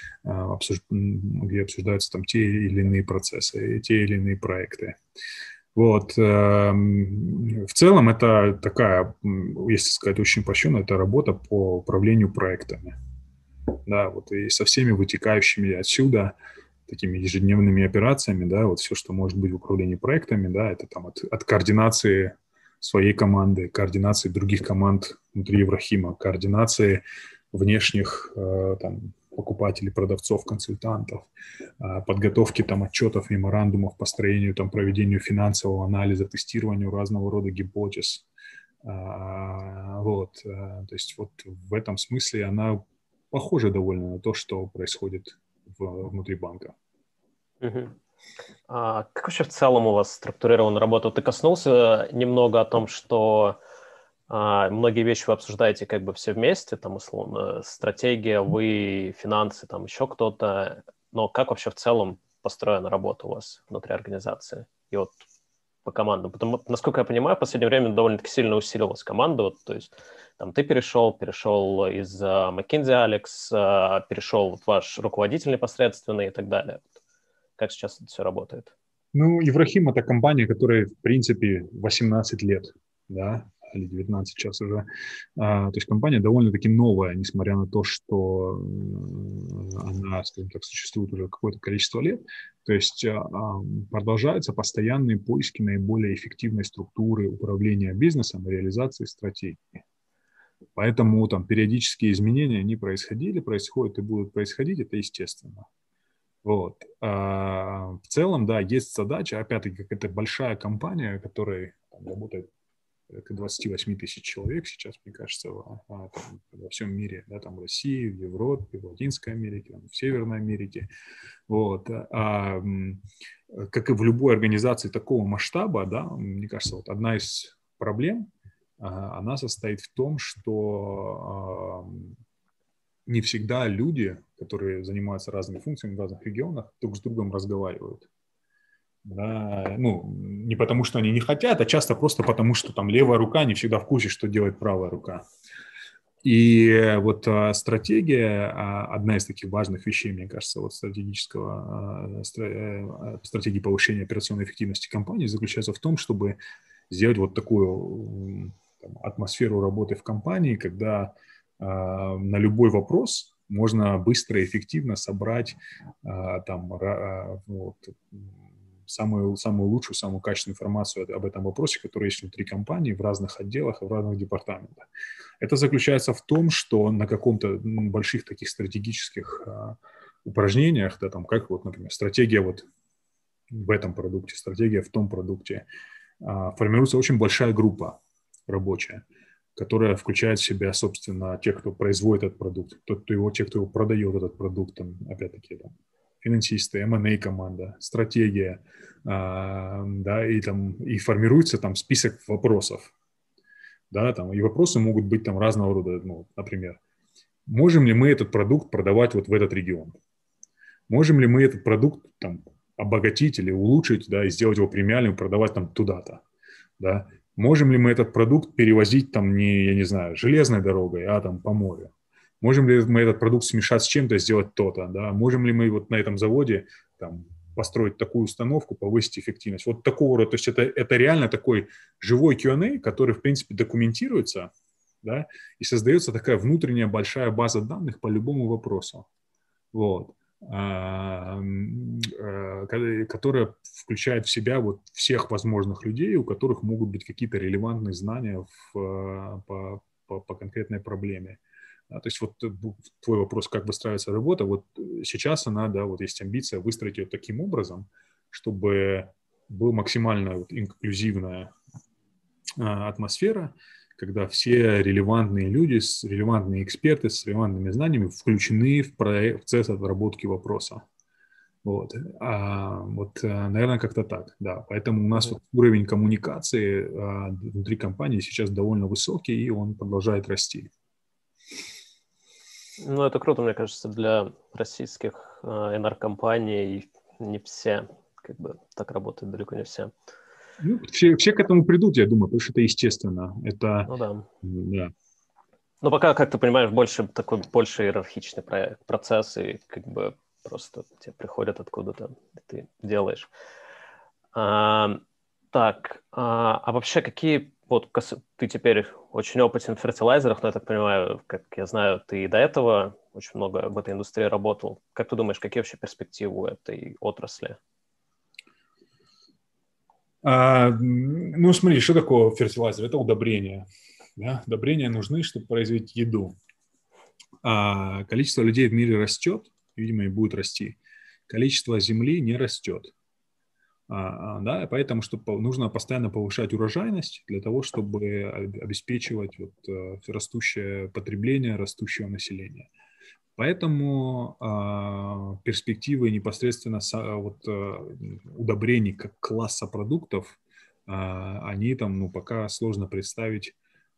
где обсуждаются там те или иные процессы, те или иные проекты. Вот. В целом это такая, если сказать очень упрощенно, это работа по управлению проектами. Да, вот и со всеми вытекающими отсюда такими ежедневными операциями, да, вот все, что может быть в управлении проектами, да, это там от координации своей команды, координации других команд внутри Еврохима, координации внешних там, покупателей, продавцов, консультантов, подготовки там отчетов, меморандумов, построению, там, проведению финансового анализа, тестированию разного рода гипотез. Вот. То есть вот в этом смысле она похожа довольно на то, что происходит внутри банка. Угу. Как вообще в целом у вас структурирована работа? Ты коснулся немного о том, что многие вещи вы обсуждаете как бы все вместе, там, условно, стратегия, вы, финансы, там еще кто-то. Но как вообще в целом построена работа у вас внутри организации? И вот по командам. Потому, насколько я понимаю, в последнее время довольно-таки сильно усилилась команда. Вот, то есть там ты перешел из McKinsey, Алекс, перешел вот ваш руководитель непосредственный и так далее. Как сейчас это все работает? Ну, Еврохим – это компания, которая, в принципе, 18 лет, да, или 19 сейчас уже. То есть компания довольно-таки новая, несмотря на то, что она, скажем так, существует уже какое-то количество лет. То есть продолжаются постоянные поиски наиболее эффективной структуры управления бизнесом и реализации стратегии. Поэтому там периодические изменения, они происходят и будут происходить, это естественно. Вот. В целом, да, есть задача, опять-таки, как это большая компания, которая там работает порядка 28 тысяч человек сейчас, мне кажется, во всем мире, да, там в России, в Европе, в Латинской Америке, в Северной Америке. Вот. Как и в любой организации такого масштаба, да, мне кажется, вот одна из проблем, она состоит в том, что не всегда люди, которые занимаются разными функциями в разных регионах, друг с другом разговаривают. Да, ну, не потому, что они не хотят, а часто просто потому, что там левая рука не всегда в курсе, что делает правая рука. И вот стратегия, одна из таких важных вещей, мне кажется, вот стратегии повышения операционной эффективности компании заключается в том, чтобы сделать вот такую там, атмосферу работы в компании, когда на любой вопрос можно быстро и эффективно собрать там, вот, самую лучшую, самую качественную информацию об этом вопросе, которая есть внутри компании, в разных отделах и в разных департаментах. Это заключается в том, что на каком-то больших таких стратегических упражнениях, да, там, как вот, например, стратегия вот в этом продукте, стратегия в том продукте, формируется очень большая группа рабочая, которая включает в себя, собственно, тех, кто производит этот продукт, те, кто его продает, этот продукт, там, опять-таки, там, финансисты, M&A команда, стратегия, да, и формируется там список вопросов, да, там, и вопросы могут быть там разного рода, ну, например, можем ли мы этот продукт продавать вот в этот регион? Можем ли мы этот продукт там обогатить или улучшить, да, и сделать его премиальным, продавать там туда-то, да? Можем ли мы этот продукт перевозить там не, я не знаю, железной дорогой, а там по морю? Можем ли мы этот продукт смешать с чем-то, сделать то-то, да? Можем ли мы вот на этом заводе там построить такую установку, повысить эффективность? Вот такого рода, то есть это реально такой живой Q&A, который, в принципе, документируется, да, и создается такая внутренняя большая база данных по любому вопросу, вот, которая включает в себя вот всех возможных людей, у которых могут быть какие-то релевантные знания по конкретной проблеме. То есть вот твой вопрос, как выстраивается работа, вот сейчас она, да, вот есть амбиция выстроить ее таким образом, чтобы была максимально вот инклюзивная атмосфера, когда все релевантные люди, релевантные эксперты с релевантными знаниями включены в процесс отработки вопроса. Вот, наверное, как-то так, да. Поэтому у нас вот уровень коммуникации внутри компании сейчас довольно высокий, и он продолжает расти. Ну, это круто, мне кажется, для российских НР-компаний. Не все, как бы, так работают, далеко не все. Ну, все к этому придут, я думаю, потому что это естественно. Это, ну да. Да. Но пока, как ты понимаешь, больше иерархичный процесс, и как бы просто тебе приходят откуда-то, и ты делаешь. Вообще какие... Вот ты теперь очень опытен в фертилайзерах, но я так понимаю, как я знаю, ты и до этого очень много в этой индустрии работал. Как ты думаешь, какие вообще перспективы у этой отрасли? Ну, смотри, что такое фертилайзер? Это удобрения. Да? Удобрения нужны, чтобы производить еду. Количество людей в мире растет, видимо, и будет расти. Количество земли не растет. Да, поэтому нужно постоянно повышать урожайность для того, чтобы обеспечивать вот растущее потребление растущего населения. Поэтому перспективы непосредственно удобрений как класса продуктов, они там, пока сложно представить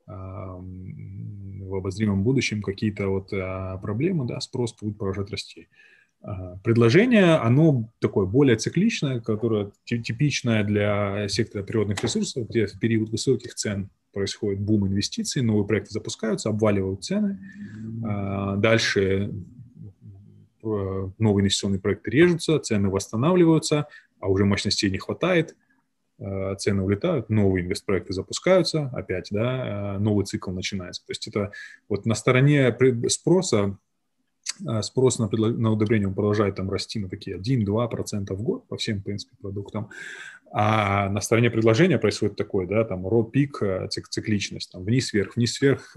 в обозримом будущем какие-то вот проблемы, да, спрос будет продолжать расти. Предложение, оно такое более цикличное, которое типичное для сектора природных ресурсов, где в период высоких цен происходит бум инвестиций, новые проекты запускаются, обваливают цены. Дальше новые инвестиционные проекты режутся, цены восстанавливаются, а уже мощностей не хватает, цены улетают, новые инвестпроекты запускаются, опять, да, новый цикл начинается. То есть это вот на стороне спроса, спрос на удобрение он продолжает там расти на такие 1-2% в год по всем, в принципе, продуктам. А на стороне предложения происходит такой, да, там, пик, цикличность, там, вниз-вверх, вниз-вверх.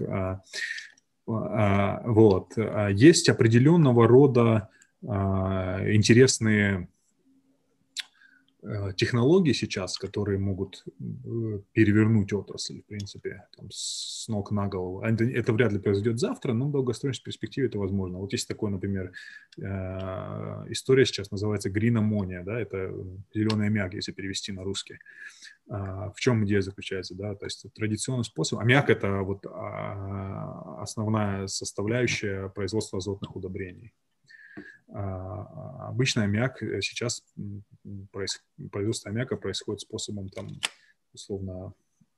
Вот. Есть определенного рода интересные технологий сейчас, которые могут перевернуть отрасль, в принципе, там, с ног на голову. Это вряд ли произойдет завтра, но в долгосрочной перспективе это возможно. Вот есть такое, например, история сейчас называется green ammonia, да, это зеленый аммиак, если перевести на русский. В чем идея заключается, да, то есть традиционный способ. Аммиак – это вот основная составляющая производства азотных удобрений. Обычно аммиак сейчас, производство аммиака происходит способом, там, условно,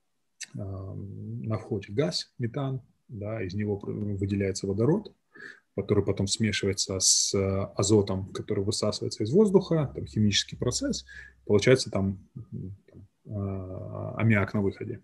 на входе газ, метан, да, из него выделяется водород, который потом смешивается с азотом, который высасывается из воздуха, там химический процесс, получается там аммиак на выходе.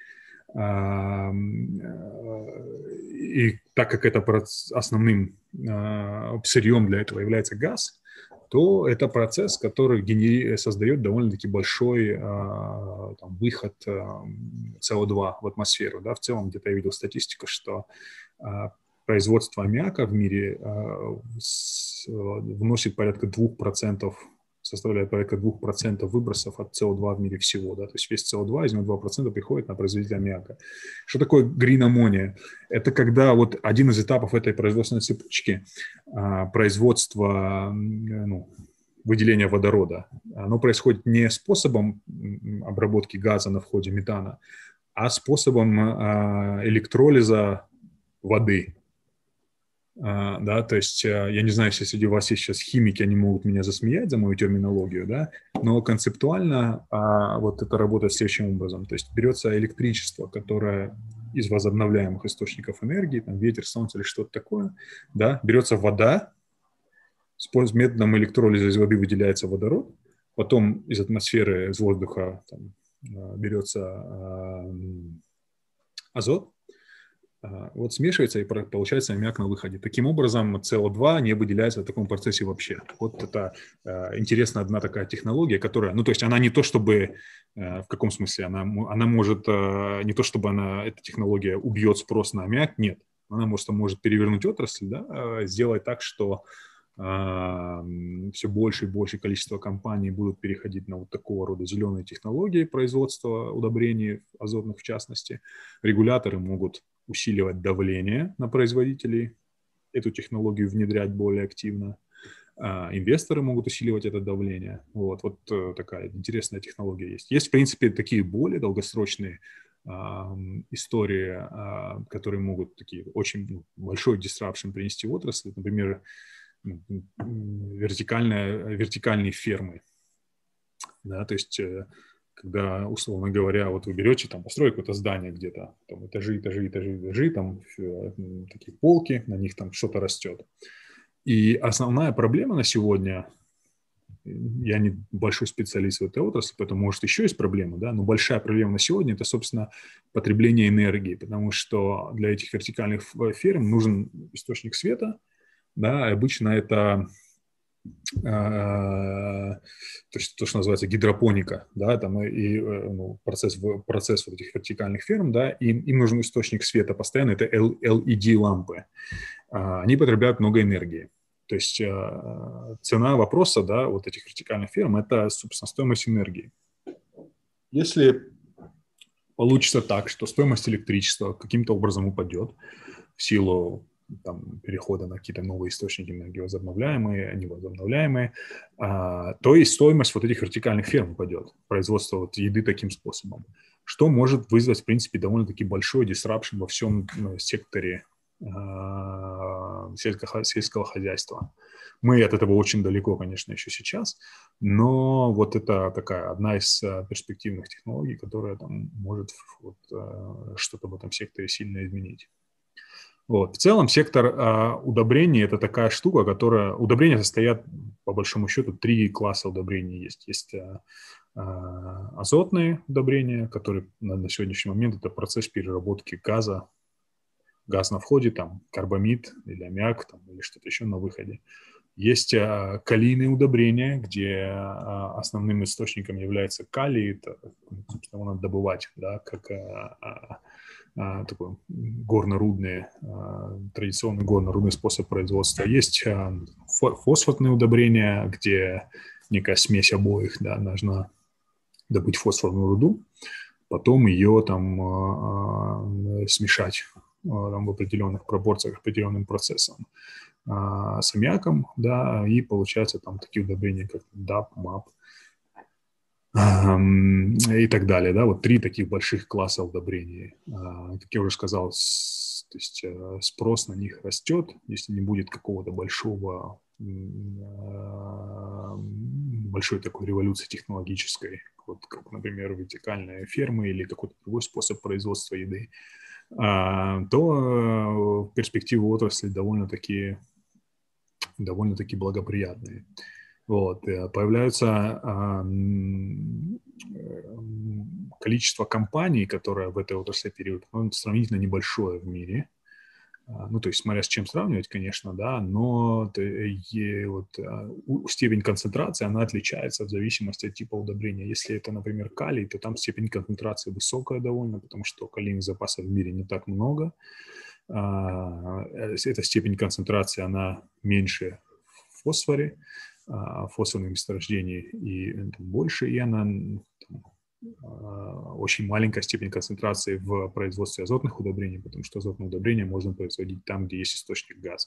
И так как это основным сырьем для этого является газ, то это процесс, который создает довольно-таки большой там, выход СО2 в атмосферу. Да? В целом, где-то я видел статистику, что производство аммиака в мире вносит порядка 2%, составляет порядка 2% выбросов от СО2 в мире всего. Да? То есть весь СО2, из него 2% приходит на производителя аммиака. Что такое green ammonia? Это когда вот один из этапов этой производственной цепочки, производство, выделения водорода, оно происходит не способом обработки газа на входе метана, а способом электролиза воды. Да, то есть я не знаю, если среди вас есть сейчас химики, они могут меня засмеять за мою терминологию, да, но концептуально вот это работает следующим образом. То есть берется электричество, которое из возобновляемых источников энергии, там ветер, солнце или что-то такое, да, берется вода, с методом электролиза из воды выделяется водород, потом из атмосферы, из воздуха там, берется азот, вот смешивается и получается аммиак на выходе. Таким образом, СО2 не выделяется в таком процессе вообще. Вот это интересная одна такая технология, которая, то есть она не то чтобы, в каком смысле, она может, не то чтобы эта технология убьет спрос на аммиак, нет. Она может перевернуть отрасль, да, сделать так, что все больше и больше количество компаний будут переходить на вот такого рода зеленые технологии производства удобрений, азотных в частности. Регуляторы могут усиливать давление на производителей, эту технологию внедрять более активно. Инвесторы могут усиливать это давление. Вот такая интересная технология есть. Есть, в принципе, такие более долгосрочные истории, которые могут такие очень большой disruption принести в отрасль. Например, вертикальные фермы. Да, то есть когда, условно говоря, вот вы берете, там, построить какое-то здание где-то, там, этажи, там, такие полки, на них там что-то растет. И основная проблема на сегодня, я не большой специалист в этой отрасли, поэтому, может, еще есть проблема, да, но большая проблема на сегодня – это, собственно, потребление энергии, потому что для этих вертикальных ферм нужен источник света, да, обычно это то, что называется гидропоника, да, там процесс вот этих вертикальных ферм, да, им нужен источник света постоянно, это LED-лампы. Они потребляют много энергии. То есть цена вопроса, да, вот этих вертикальных ферм – это, собственно, стоимость энергии. Если получится так, что стоимость электричества каким-то образом упадет в силу там, перехода на какие-то новые источники энергии, возобновляемые, невозобновляемые, то и стоимость вот этих вертикальных ферм упадет, производство вот еды таким способом, что может вызвать, в принципе, довольно-таки большой disruption во всем секторе сельского хозяйства. Мы от этого очень далеко, конечно, еще сейчас, но вот это такая одна из перспективных технологий, которая там может что-то в этом секторе сильно изменить. Вот. В целом сектор удобрений – это такая штука, которая… Удобрения состоят, по большому счету, 3 класса удобрений есть. Есть азотные удобрения, которые на сегодняшний момент – это процесс переработки газа. Газ на входе, там, карбамид или аммиак, там, или что-то еще на выходе. Есть калийные удобрения, где основным источником является калий. Это, собственно, его надо добывать, да, как такой горно-рудный, традиционный горно-рудный способ производства. Есть фосфатные удобрения, где некая смесь обоих, да, нужно добыть фосфорную руду, потом ее там смешать там, в определенных пропорциях, определенным процессом с аммиаком, да, и получается там такие удобрения, как DAP, MAP и так далее, да, вот 3 таких больших класса удобрений. Как я уже сказал, то есть спрос на них растет, если не будет какого-то большой такой революции технологической, вот, как, например, вертикальные фермы или какой-то другой способ производства еды, то перспективы отрасли довольно-таки благоприятные. Вот. Появляются количество компаний, которые в этой отрасли оперируют, сравнительно небольшое в мире. Ну, то есть, смотря с чем сравнивать, конечно, да, но степень концентрации, она отличается в зависимости от типа удобрения. Если это, например, калий, то там степень концентрации высокая довольно, потому что калийных запасов в мире не так много. Эта степень концентрации, она меньше в фосфоре, фосфорных месторождений и больше, и она очень маленькая степень концентрации в производстве азотных удобрений, потому что азотные удобрения можно производить там, где есть источник газа.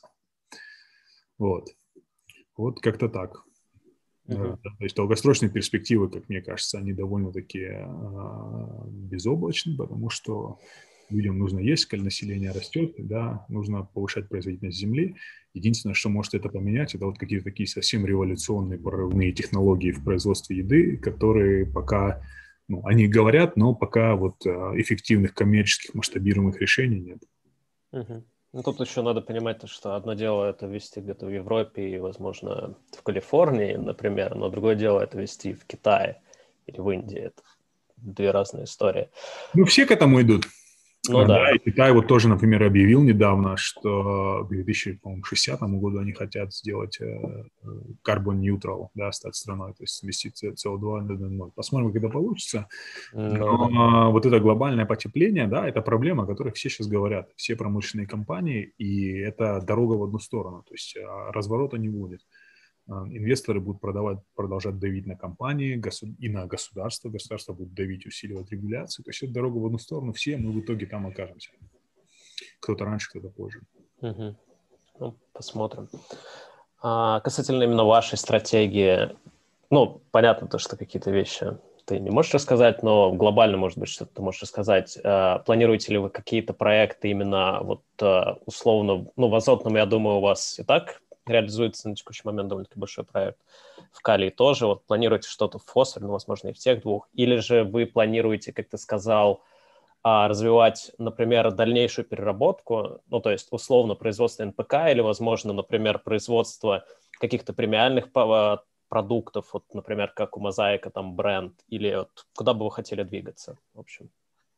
Вот как-то так. То есть долгосрочные перспективы, как мне кажется, они довольно-таки безоблачны, потому что людям нужно есть, коль население растет, да, нужно повышать производительность земли. Единственное, что может это поменять, это вот какие-то такие совсем революционные прорывные технологии в производстве еды, которые пока, они говорят, но пока вот эффективных коммерческих масштабируемых решений нет. Ну, тут еще надо понимать, что одно дело это вести где-то в Европе и, возможно, в Калифорнии, например, но другое дело это вести в Китае или в Индии. Это 2 разные истории. Ну, все к этому идут. Ну да. И Китай вот тоже, например, объявил недавно, что к 2060 году они хотят сделать carbon neutral, да, стать страной, то есть свести CO2 до 0. Посмотрим, как это получится. Но вот это глобальное потепление, да, это проблема, о которой все сейчас говорят, все промышленные компании, и это дорога в одну сторону, то есть разворота не будет. Инвесторы будут продолжать давить на компании и на государство. Государство будет давить, усиливать регуляцию. То есть это дорога в одну сторону. Все мы в итоге там окажемся. Кто-то раньше, кто-то позже. Ну, посмотрим. Касательно именно вашей стратегии, понятно то, что какие-то вещи ты не можешь рассказать, но глобально, может быть, что-то ты можешь рассказать. Планируете ли вы какие-то проекты именно вот условно, в азотном, я думаю, у вас и так реализуется на текущий момент довольно-таки большой проект. В калии тоже. Вот планируете что-то в фосфоре, возможно, и в тех двух. Или же вы планируете, как ты сказал, развивать, например, дальнейшую переработку, то есть условно производство НПК или, возможно, например, производство каких-то премиальных продуктов, вот, например, как у Мозаика, там, бренд, или вот, куда бы вы хотели двигаться, в общем?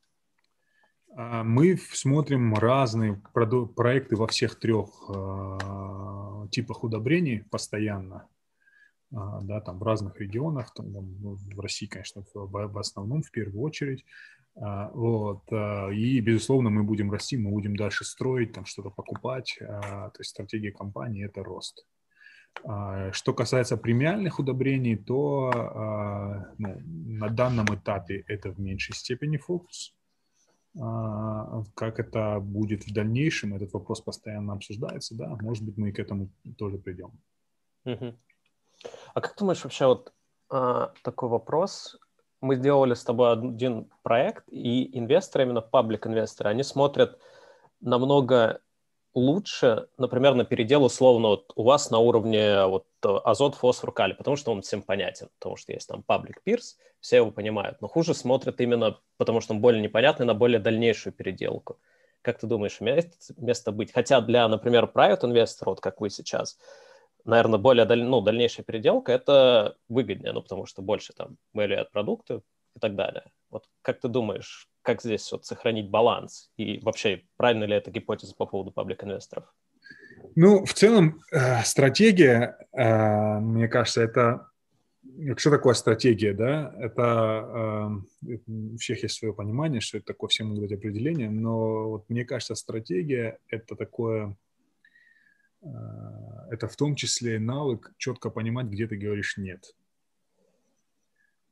Мы смотрим разные проекты во всех 3 типах удобрений постоянно, да, там в разных регионах, там, в России, конечно, в основном, в первую очередь. И, безусловно, мы будем расти, мы будем дальше строить, там что-то покупать. То есть стратегия компании – это рост. Что касается премиальных удобрений, то на данном этапе это в меньшей степени фокус. Как это будет в дальнейшем, этот вопрос постоянно обсуждается, да, может быть, мы к этому тоже придем. А как думаешь, вообще вот такой вопрос? Мы делали с тобой один проект, и инвесторы, именно паблик-инвесторы, они смотрят намного лучше, например, на передел условно вот у вас на уровне вот азот, фосфор, калий, потому что он всем понятен, потому что есть там public peers, все его понимают, но хуже смотрят именно потому, что он более непонятный, на более дальнейшую переделку. Как ты думаешь, имеет место быть? Хотя для, например, private инвестора, вот как вы сейчас, наверное, более дальнейшая переделка, это выгоднее, потому что больше там value от продукта и так далее. Вот как ты думаешь, как здесь вот сохранить баланс? И вообще, правильно ли эта гипотеза по поводу паблик-инвесторов? Ну, в целом, стратегия, мне кажется, это... Что такое стратегия, да? Это у всех есть свое понимание, что это такое, все могут дать определение, но вот мне кажется, стратегия – это такое... Это в том числе навык четко понимать, где ты говоришь «нет».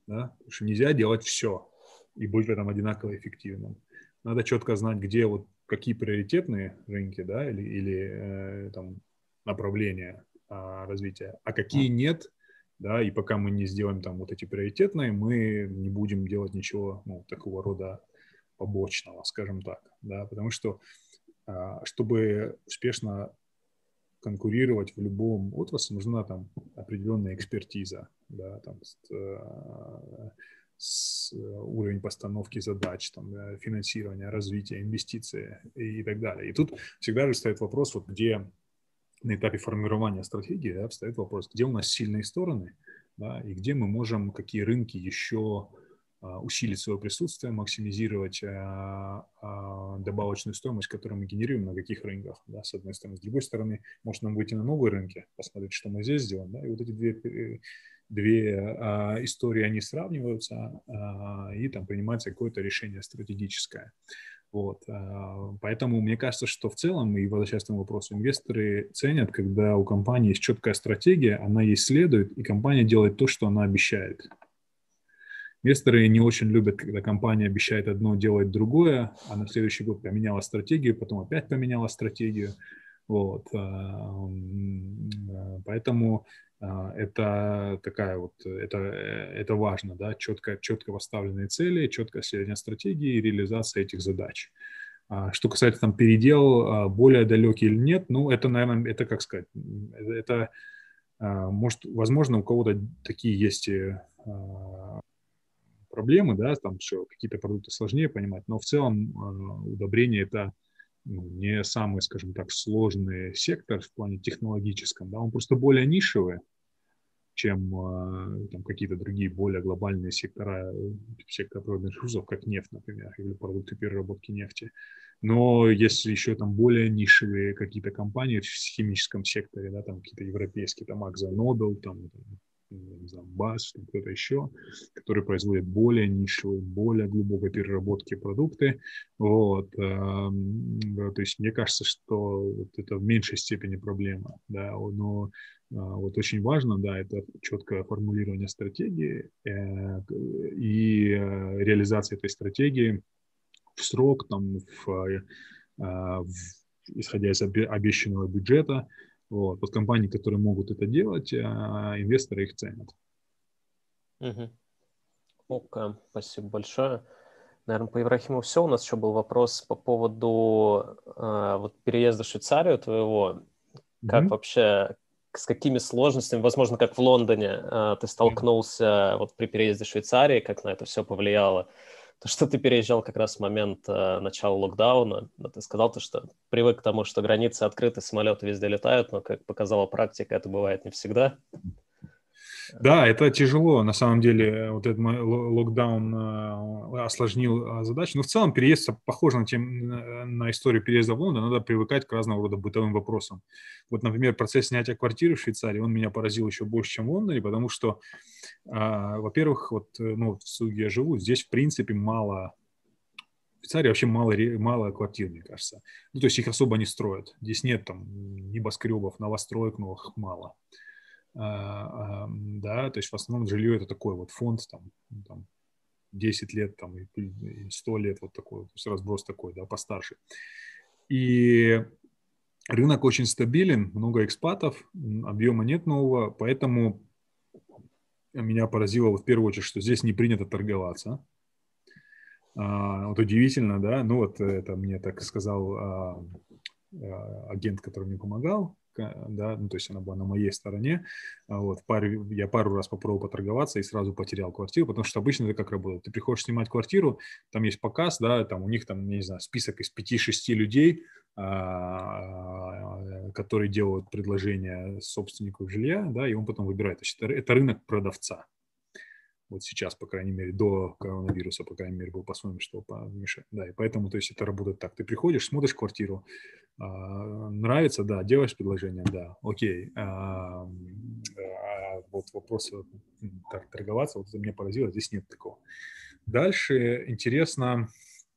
да? Потому что нельзя делать все и быть в этом одинаково эффективным. Надо четко знать, где вот какие приоритетные рынки, да, или там направления развития, а какие нет, да, и пока мы не сделаем там вот эти приоритетные, мы не будем делать ничего, ну, такого рода побочного, скажем так, да, потому что чтобы успешно конкурировать в любом отрасли, нужна там определенная экспертиза, да, там, уровень постановки задач, там, финансирования, развития, инвестиции и так далее. И тут всегда же стоит вопрос, вот где на этапе формирования стратегии, да, встает вопрос, где у нас сильные стороны, да, и где мы можем, какие рынки еще усилить свое присутствие, максимизировать добавочную стоимость, которую мы генерируем на каких рынках, да, с одной стороны. С другой стороны, может нам выйти на новые рынки, посмотреть, что мы здесь сделаем, да, и вот эти две истории, они сравниваются, и там принимается какое-то решение стратегическое. Вот. Поэтому мне кажется, что в целом, и возвращаясь к этому вопросу, инвесторы ценят, когда у компании есть четкая стратегия, она ей следует, и компания делает то, что она обещает. Инвесторы не очень любят, когда компания обещает одно, делает другое, а на следующий год поменяла стратегию, потом опять поменяла стратегию. Вот. Поэтому это такая вот, это важно, да, четко поставленные цели, четкое следование стратегии и реализация этих задач. Что касается там передел, более далекий или нет, ну, это, наверное, это, как сказать, это, может, возможно, у кого-то такие есть проблемы, да, там что какие-то продукты сложнее понимать, но в целом удобрение это не самый, скажем так, сложный сектор в плане технологическом, да, он просто более нишевый, чем там, какие-то другие более глобальные сектора природных ресурсов, как нефть, например, или продукты переработки нефти. Но если еще там более нишевые какие-то компании в химическом секторе, да, там какие-то европейские, там AkzoNobel, там не знаю, БАС, кто-то еще, который производит более нишевые, более глубокой переработки продукты. Вот. То есть мне кажется, что вот это в меньшей степени проблема. Да, но вот очень важно, да, это четкое формулирование стратегии и реализация этой стратегии в срок, там, исходя из обещанного бюджета. Вот компании, которые могут это делать, инвесторы их ценят. Окей, спасибо большое. Наверное, по Ибрахиму все. У нас еще был вопрос по поводу вот переезда в Швейцарию твоего. Как вообще, с какими сложностями, возможно, как в Лондоне, ты столкнулся вот при переезде в Швейцарию, как на это все повлияло? То, что ты переезжал как раз в момент начала локдауна, ты сказал, что привык к тому, что границы открыты, самолеты везде летают, но, как показала практика, это бывает не всегда. Да, это тяжело. На самом деле, вот этот локдаун осложнил задачу. Но в целом переезд похож на историю переезда в Лондон. Надо привыкать к разного рода бытовым вопросам. Вот, например, процесс снятия квартиры в Швейцарии, он меня поразил еще больше, чем в Лондоне, потому что, во-первых, вот, ну, в Суге я живу, здесь, в принципе, мало... В Швейцарии вообще мало квартир, мне кажется. Ну, то есть их особо не строят. Здесь нет там небоскребов, новостроек новых мало. Да, то есть в основном жилье это такой вот фонд, там 10 лет, там, 100 лет, вот такой, то есть разброс такой, да, постарше. И рынок очень стабилен, много экспатов, объема нет нового, поэтому меня поразило в первую очередь, что здесь не принято торговаться. Вот удивительно, да, ну вот это мне так сказал агент, который мне помогал, да, ну, то есть она была на моей стороне, вот, я пару раз попробовал поторговаться и сразу потерял квартиру, потому что обычно это как работает, ты приходишь снимать квартиру, там есть показ, да, там у них там, не знаю, список из 5-6 людей, которые делают предложение собственнику жилья, да, и он потом выбирает, то есть это рынок продавца. Вот сейчас, по крайней мере, до коронавируса, по крайней мере, был по-своему, что помешать. Да, и поэтому, то есть, это работает так. Ты приходишь, смотришь квартиру, нравится, да, делаешь предложение, да, окей. Вот вопрос торговаться, вот это меня поразило, здесь нет такого. Дальше интересно,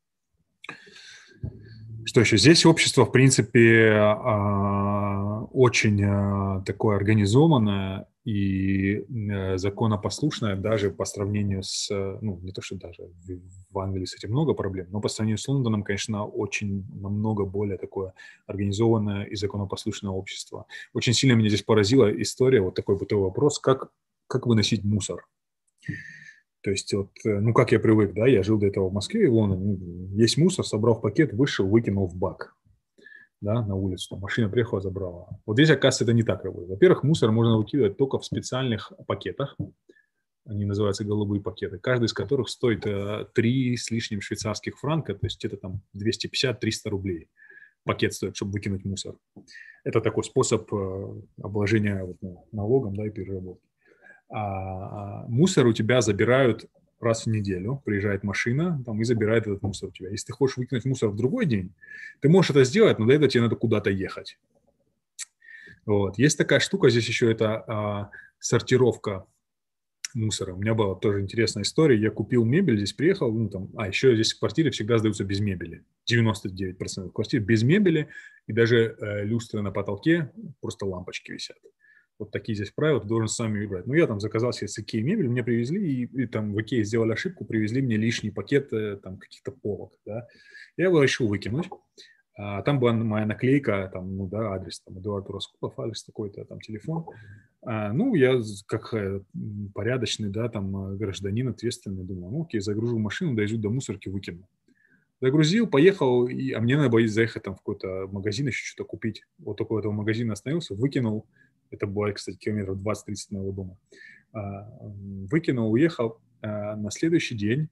что еще? Здесь общество, в принципе, очень такое организованное, и законопослушная даже по сравнению с, ну, не то, что даже в Англии с этим много проблем, но по сравнению с Лондоном, конечно, очень намного более такое организованное и законопослушное общество. Очень сильно меня здесь поразила история, вот такой бытовой вопрос, как выносить мусор. То есть, вот, ну, как я привык, да, я жил до этого в Москве и в Лондоне, есть мусор, собрал в пакет, вышел, выкинул в бак. Да, на улицу, машина приехала, забрала. Вот здесь, оказывается, это не так работает. Во-первых, мусор можно выкидывать только в специальных пакетах. Они называются голубые пакеты, каждый из которых стоит 3 с лишним швейцарских франка, то есть это там 250-300 рублей пакет стоит, чтобы выкинуть мусор. Это такой способ обложения налогом, да, и переработки. Мусор у тебя забирают раз в неделю, приезжает машина там, и забирает этот мусор у тебя. Если ты хочешь выкинуть мусор в другой день, ты можешь это сделать, но для этого тебе надо куда-то ехать. Вот. Есть такая штука, здесь еще это сортировка мусора. У меня была тоже интересная история. Я купил мебель, здесь приехал, ну, там, еще здесь в квартире всегда сдаются без мебели. 99% квартир без мебели, и даже люстры на потолке, просто лампочки висят. Вот такие здесь правила, ты должен сам выбрать. Ну, я там заказал себе с Икеи мебель, мне привезли, и там в Икее сделали ошибку, привезли мне лишний пакет там каких-то полок, да. Я его решил выкинуть. Там была моя наклейка, там, ну, да, адрес, там, Эдуард Роскулов, адрес такой-то, там, телефон. Ну, я как порядочный, да, там, гражданин ответственный, думал, ну, окей, загружу машину, доезжу до мусорки, выкину. Загрузил, поехал, а мне надо было заехать там в какой-то магазин, еще что-то купить. Вот около этого магазина остановился, выкинул. Это было, кстати, километров 20-30 от моего дома. Выкинул, уехал. На следующий день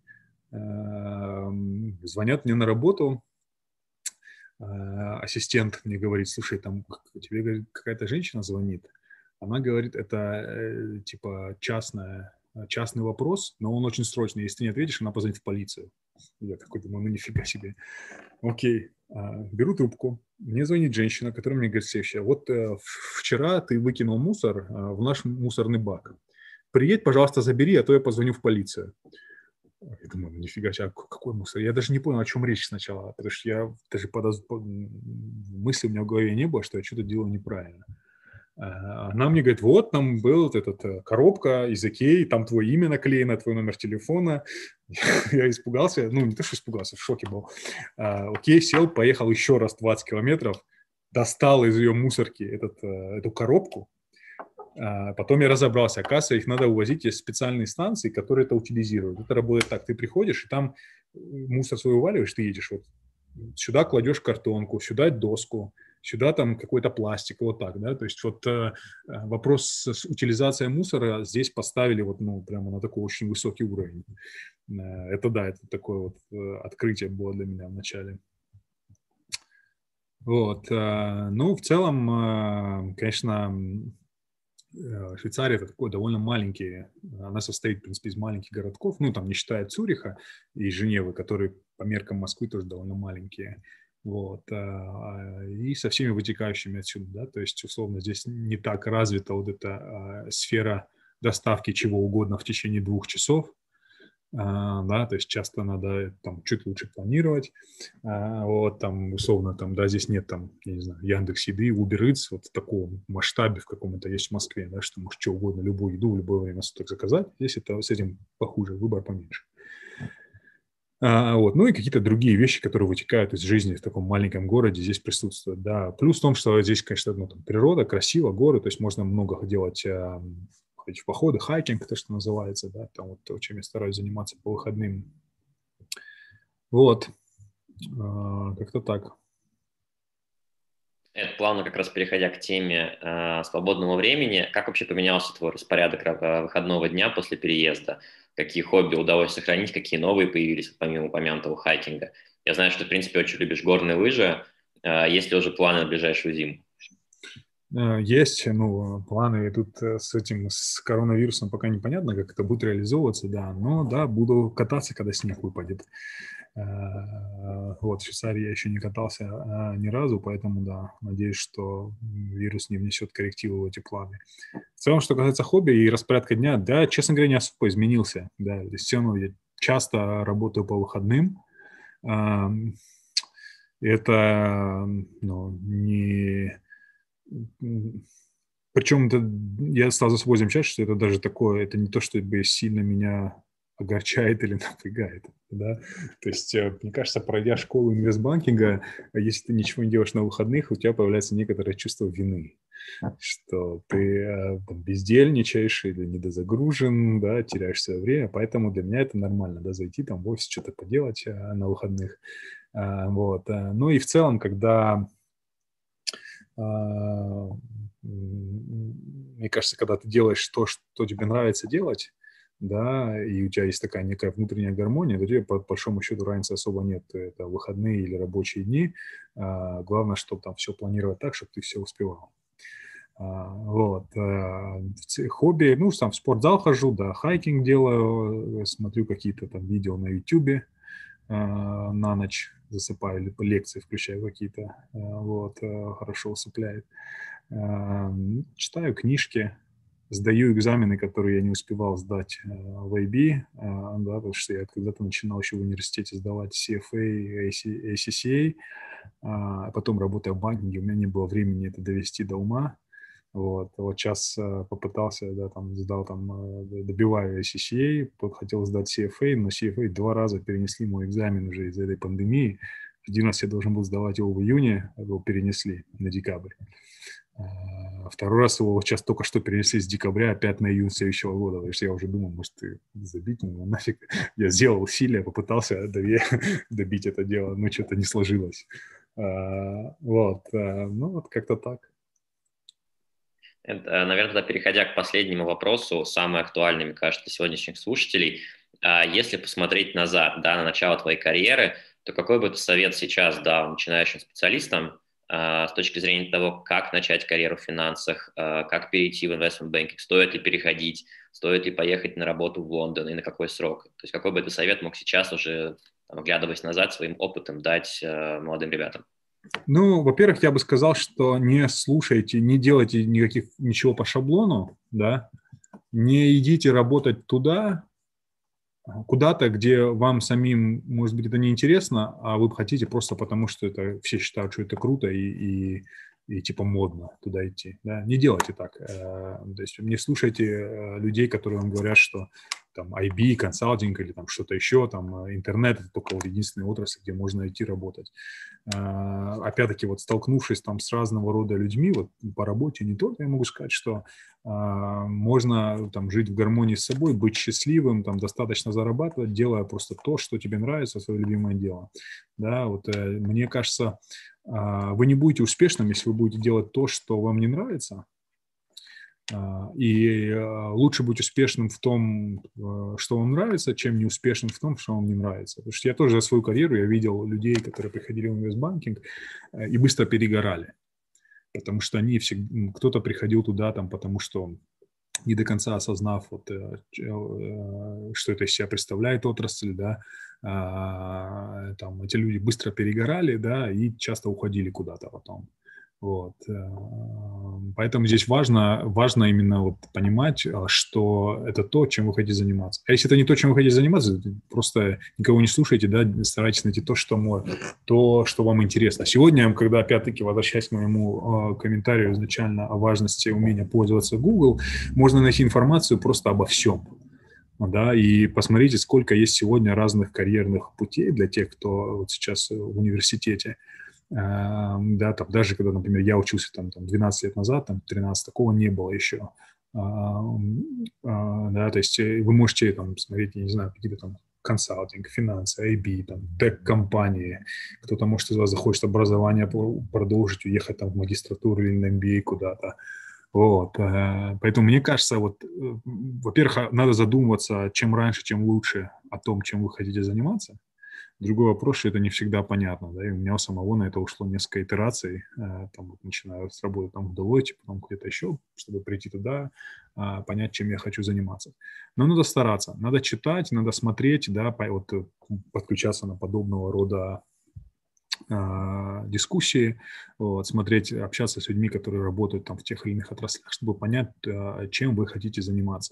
звонят мне на работу. Ассистент мне говорит, слушай, там тебе, говорит, какая-то женщина звонит. Она говорит, это типа частный вопрос, но он очень срочный. Если ты не ответишь, она позвонит в полицию. Я такой думаю, ну нифига себе. Окей, беру трубку. Мне звонит женщина, которая мне говорит следующее. Вот вчера ты выкинул мусор в наш мусорный бак. Приедь, пожалуйста, забери, а то я позвоню в полицию. Я думаю, ну нифига себе, какой мусор? Я даже не понял, о чем речь сначала, потому что я даже мысли у меня в голове не было, что я что-то делаю неправильно. Она мне говорит, вот там был этот коробка из Икеи, там твое имя наклеено, твой номер телефона. Я испугался, ну не то, что испугался, в шоке был. Окей, сел, поехал еще раз 20 километров, достал из ее мусорки эту коробку. Потом я разобрался, оказывается, их надо увозить из специальные станции, которые это утилизируют. Это работает так, ты приходишь, и там мусор свой уваливаешь, ты едешь, вот сюда кладешь картонку, сюда доску, сюда там какой-то пластик, вот так, да, то есть вот вопрос с утилизацией мусора здесь поставили вот, ну, прямо на такой очень высокий уровень. Это да, это такое вот открытие было для меня в начале. Вот, ну, в целом, конечно, Швейцария – это такой довольно маленький, она состоит, в принципе, из маленьких городков, ну, там, не считая Цюриха и Женевы, которые по меркам Москвы тоже довольно маленькие, вот, и со всеми вытекающими отсюда, да, то есть, условно, здесь не так развита вот эта сфера доставки чего угодно в течение 2 часов, да, то есть часто надо там чуть лучше планировать, вот там условно там, да, здесь нет там, я не знаю, Яндекс.Еды, Uber Eats вот в таком масштабе в каком-то есть в Москве, да, что можешь что угодно, любую еду в любое время суток заказать, здесь это с этим похуже, выбор поменьше. Вот. Ну и какие-то другие вещи, которые вытекают из жизни в таком маленьком городе, здесь присутствуют, да. Плюс в том, что здесь, конечно, ну, там, природа, красиво, горы, то есть можно много делать в походы, хайкинг, то, что называется, да, там вот то, чем я стараюсь заниматься по выходным. Вот, как-то так. Это плавно как раз переходя к теме свободного времени, как вообще поменялся твой распорядок выходного дня после переезда? Какие хобби удалось сохранить, какие новые появились, помимо упомянутого хайкинга? Я знаю, что ты, в принципе, очень любишь горные лыжи. Есть ли уже планы на ближайшую зиму? Есть, ну, планы тут с коронавирусом пока непонятно, как это будет реализовываться, да, но, да, буду кататься, когда снег выпадет. Вот, в Швейцарии я еще не катался ни разу, поэтому, да, надеюсь, что вирус не внесет коррективы в эти планы. В целом, что касается хобби и распорядка дня, да, честно говоря, не особо изменился, да, то есть все равно я часто работаю по выходным. Это, ну, не... Причем я стал за собой замечать, что это даже такое, это не то, чтобы сильно меня огорчает или напрягает, да. То есть, мне кажется, пройдя школу инвестбанкинга, если ты ничего не делаешь на выходных, у тебя появляется некоторое чувство вины, что ты бездельничаешь или недозагружен, да, теряешь свое время, поэтому для меня это нормально, да, зайти там в офис, что-то поделать на выходных. Вот. Ну и в целом, когда, мне кажется, когда ты делаешь то, что тебе нравится делать, да, и у тебя есть такая некая внутренняя гармония, то тебе по большому счету разницы особо нет, это выходные или рабочие дни. Главное, чтобы там все планировать так, чтобы ты все успевал. Вот. Хобби, ну, сам в спортзал хожу, да, хайкинг делаю, смотрю какие-то там видео на YouTube, на ночь засыпаю, или лекции включаю какие-то, вот, хорошо усыпляет. Читаю книжки, сдаю экзамены, которые я не успевал сдать в IB, да, потому что я когда-то начинал еще в университете сдавать CFA, ACCA, а потом работая в банкинге, у меня не было времени это довести до ума. Вот сейчас попытался, да, там сдал, там добиваю ACCA, хотел сдать CFA, но CFA 2 раза перенесли мой экзамен уже из-за этой пандемии. Один раз я должен был сдавать его в июне, его перенесли на декабрь. Второй раз его сейчас только что перенесли с декабря опять на июнь следующего года, потому что я уже думал, может, ты забить меня нафиг. Я сделал усилия, попытался добить это дело, но что-то не сложилось. Вот, ну вот как-то так. Это, наверное, тогда переходя к последнему вопросу, самый актуальный, мне кажется, для сегодняшних слушателей. Если посмотреть назад, да, на начало твоей карьеры, то какой бы ты совет сейчас дал начинающим специалистам с точки зрения того, как начать карьеру в финансах, как перейти в investment banking, стоит ли переходить, стоит ли поехать на работу в Лондон и на какой срок? То есть какой бы ты совет мог сейчас уже, оглядываясь назад, своим опытом дать молодым ребятам? Ну, во-первых, я бы сказал, что не слушайте, не делайте ничего по шаблону, да, не идите работать туда, куда-то, где вам самим, может быть, это неинтересно, а вы хотите просто потому, что это все считают, что это круто и типа модно туда идти. Да? Не делайте так. То есть не слушайте людей, которые вам говорят, что там IB, консалтинг или там что-то еще, там интернет – это только вот единственная отрасль, где можно идти работать. Опять-таки, вот столкнувшись там с разного рода людьми, вот по работе не только, я могу сказать, что можно там жить в гармонии с собой, быть счастливым, там достаточно зарабатывать, делая просто то, что тебе нравится, свое любимое дело. Да, вот мне кажется, вы не будете успешным, если вы будете делать то, что вам не нравится. И лучше быть успешным в том, что вам нравится, чем неуспешным в том, что вам не нравится. Потому что я тоже за свою карьеру я видел людей, которые приходили в инвестбанкинг и быстро перегорали. Потому что они всегда, кто-то приходил туда, там, потому что не до конца осознав, вот, что это из себя представляет отрасль, да, там, эти люди быстро перегорали, да, и часто уходили куда-то потом. Вот. Поэтому здесь важно именно вот понимать, что это то, чем вы хотите заниматься. А если это не то, чем вы хотите заниматься, просто никого не слушайте, да, старайтесь найти то, что вам интересно. Сегодня, когда опять-таки возвращаясь к моему комментарию изначально о важности умения пользоваться Google, можно найти информацию просто обо всем. Да, и посмотрите, сколько есть сегодня разных карьерных путей для тех, кто вот сейчас в университете. Да, там, даже когда, например, я учился там 12 лет назад, там, 13, такого не было еще. Да, то есть вы можете там смотреть, я не знаю, какие-то там консалтинг, финансы, IB, там, тег-компании. Кто-то, может, из вас захочет образование продолжить, уехать там в магистратуру или на MBA куда-то. Вот. Поэтому мне кажется, вот, во-первых, надо задумываться, чем раньше, чем лучше о том, чем вы хотите заниматься. Другой вопрос, что это не всегда понятно, да, и у меня у самого на это ушло несколько итераций, там, вот, начиная с работы там в Deloitte, потом где-то еще, чтобы прийти туда, понять, чем я хочу заниматься. Но надо стараться, надо читать, надо смотреть, да, вот, подключаться на подобного рода дискуссии, вот, смотреть, общаться с людьми, которые работают там в тех или иных отраслях, чтобы понять, чем вы хотите заниматься.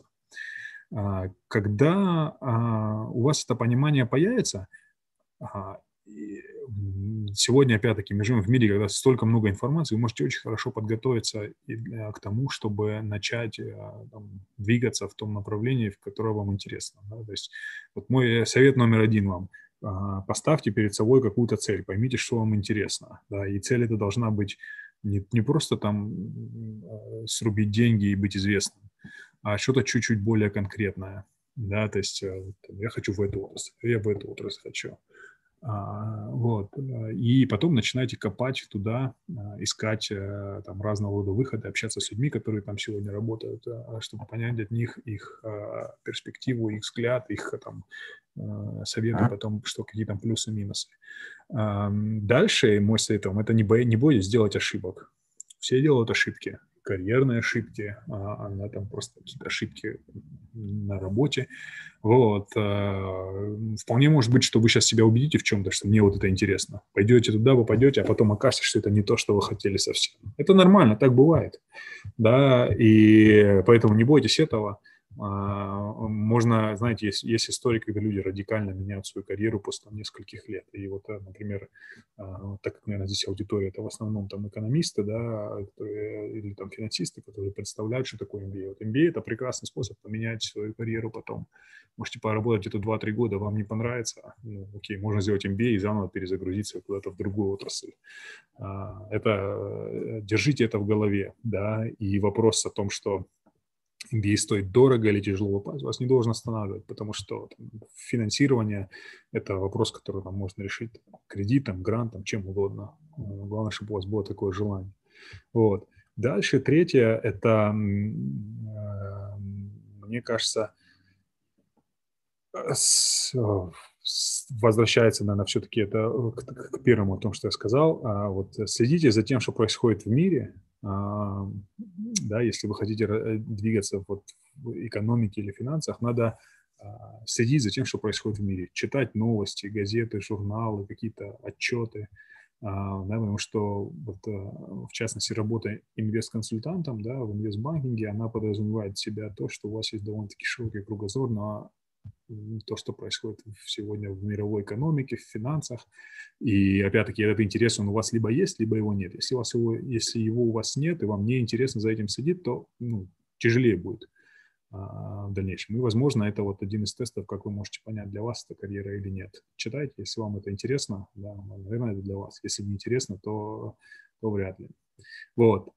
Когда у вас это понимание появится, сегодня, опять-таки, мы живем в мире, когда столько много информации, вы можете очень хорошо подготовиться к тому, чтобы начать там, двигаться в том направлении, в которое вам интересно. Да? То есть вот мой совет номер один вам. Поставьте перед собой какую-то цель, поймите, что вам интересно. Да? И цель эта должна быть не просто там срубить деньги и быть известным, а что-то чуть-чуть более конкретное. Да? То есть я хочу в эту отрасль, я в эту отрасль хочу. Вот. И потом начинайте копать туда, искать там разного рода выходы, общаться с людьми, которые там сегодня работают, чтобы понять от них их перспективу, их взгляд, их там советы потом, что какие там плюсы, минусы. Дальше мой совет вам – это не бойтесь делать ошибок. Все делают ошибки. Карьерные ошибки, она там просто какие-то ошибки на работе. Вот. Вполне может быть, что вы сейчас себя убедите в чем-то, что мне вот это интересно. Пойдете туда, попадете, а потом окажется, что это не то, что вы хотели совсем. Это нормально, так бывает. Да, и поэтому не бойтесь этого. Можно, знаете, есть истории, когда люди радикально меняют свою карьеру после нескольких лет. И вот, например, так как, наверное, здесь аудитория, это в основном там экономисты, да, или там финансисты, которые представляют, что такое MBA. Вот MBA – это прекрасный способ поменять свою карьеру потом. Можете поработать где-то 2-3 года, вам не понравится, ну, окей, можно сделать MBA и заново перезагрузиться куда-то в другую отрасль. Держите это в голове, да, и вопрос о том, что MBA стоит дорого или тяжело попасть, вас не должен останавливать, потому что финансирование – это вопрос, который там можно решить кредитом, грантом, чем угодно. Главное, чтобы у вас было такое желание. Вот. Дальше третье – это, мне кажется, возвращается, наверное, все-таки это к первому о том, что я сказал. Вот следите за тем, что происходит в мире. Да, если вы хотите двигаться вот в экономике или финансах, надо следить за тем, что происходит в мире. Читать новости, газеты, журналы, какие-то отчеты. Да, потому что, вот, в частности, работа инвестконсультантом, да, в инвестбанкинге, она подразумевает в себя то, что у вас есть довольно-таки широкий кругозор на то, что происходит сегодня в мировой экономике, в финансах. И, опять-таки, этот интерес, он у вас либо есть, либо его нет. Если его у вас нет, и вам не интересно за этим следить, то тяжелее будет в дальнейшем. И, возможно, это вот один из тестов, как вы можете понять, для вас это карьера или нет. Читайте, если вам это интересно, да, наверное, это для вас. Если не интересно, то вряд ли. Вот.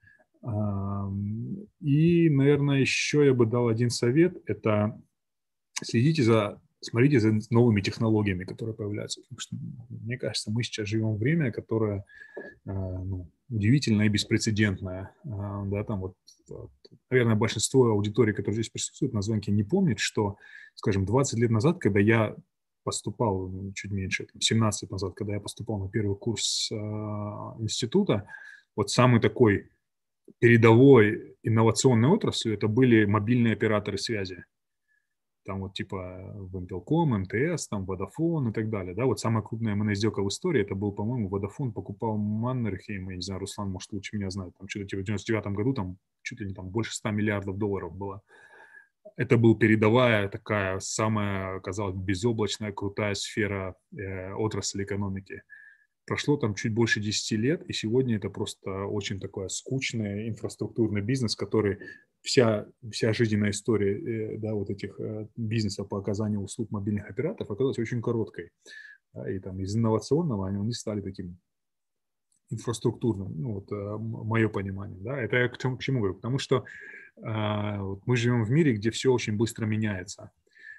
И, наверное, еще я бы дал один совет. Это смотрите за новыми технологиями, которые появляются. Потому что, мне кажется, мы сейчас живем в время, которое удивительное и беспрецедентное. Да, там вот, наверное, большинство аудитории, которые здесь присутствуют, на звонке не помнит, что, скажем, 20 лет назад, когда я поступал, чуть меньше, 17 лет назад, когда я поступал на первый курс института, вот самый такой передовой инновационной отраслью это были мобильные операторы связи. Там вот типа Вимпелком, МТС, там Vodafone и так далее. Да, вот самая крупная M&A сделка в истории, это был, по-моему, Vodafone покупал Маннерхейм, я не знаю, Руслан, может, лучше меня знает, там что-то типа в 99 году там чуть ли не там больше 100 миллиардов долларов было. Это была передовая такая самая, казалось бы, безоблачная, крутая сфера отрасли экономики. Прошло там чуть больше 10 лет, и сегодня это просто очень такой скучный инфраструктурный бизнес, который вся жизненная история да, вот этих бизнесов по оказанию услуг мобильных операторов оказалась очень короткой. Да, и там из инновационного они стали таким инфраструктурным, вот мое понимание. Да, это я к чему говорю? Потому что вот мы живем в мире, где все очень быстро меняется.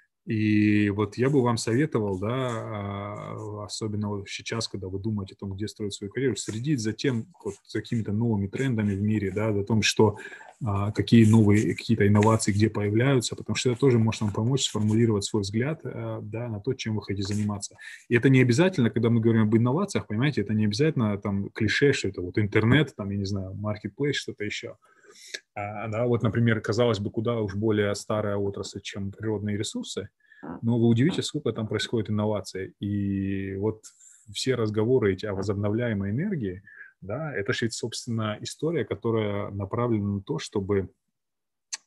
И вот я бы вам советовал, да, особенно вот сейчас, когда вы думаете о том, где строить свою карьеру, следить за тем, вот, за какими-то новыми трендами в мире, да, за том, что какие новые какие-то инновации где появляются, потому что это тоже может вам помочь сформулировать свой взгляд, да, на то, чем вы хотите заниматься. И это не обязательно, когда мы говорим об инновациях, понимаете, это не обязательно там клише, что это вот интернет, там, я не знаю, marketplace, что-то еще. Да, вот, например, казалось бы, куда уж более старая отрасль, чем природные ресурсы, но вы удивитесь, сколько там происходит инноваций. И вот все разговоры эти о возобновляемой энергии, да, это же, собственно, история, которая направлена на то, чтобы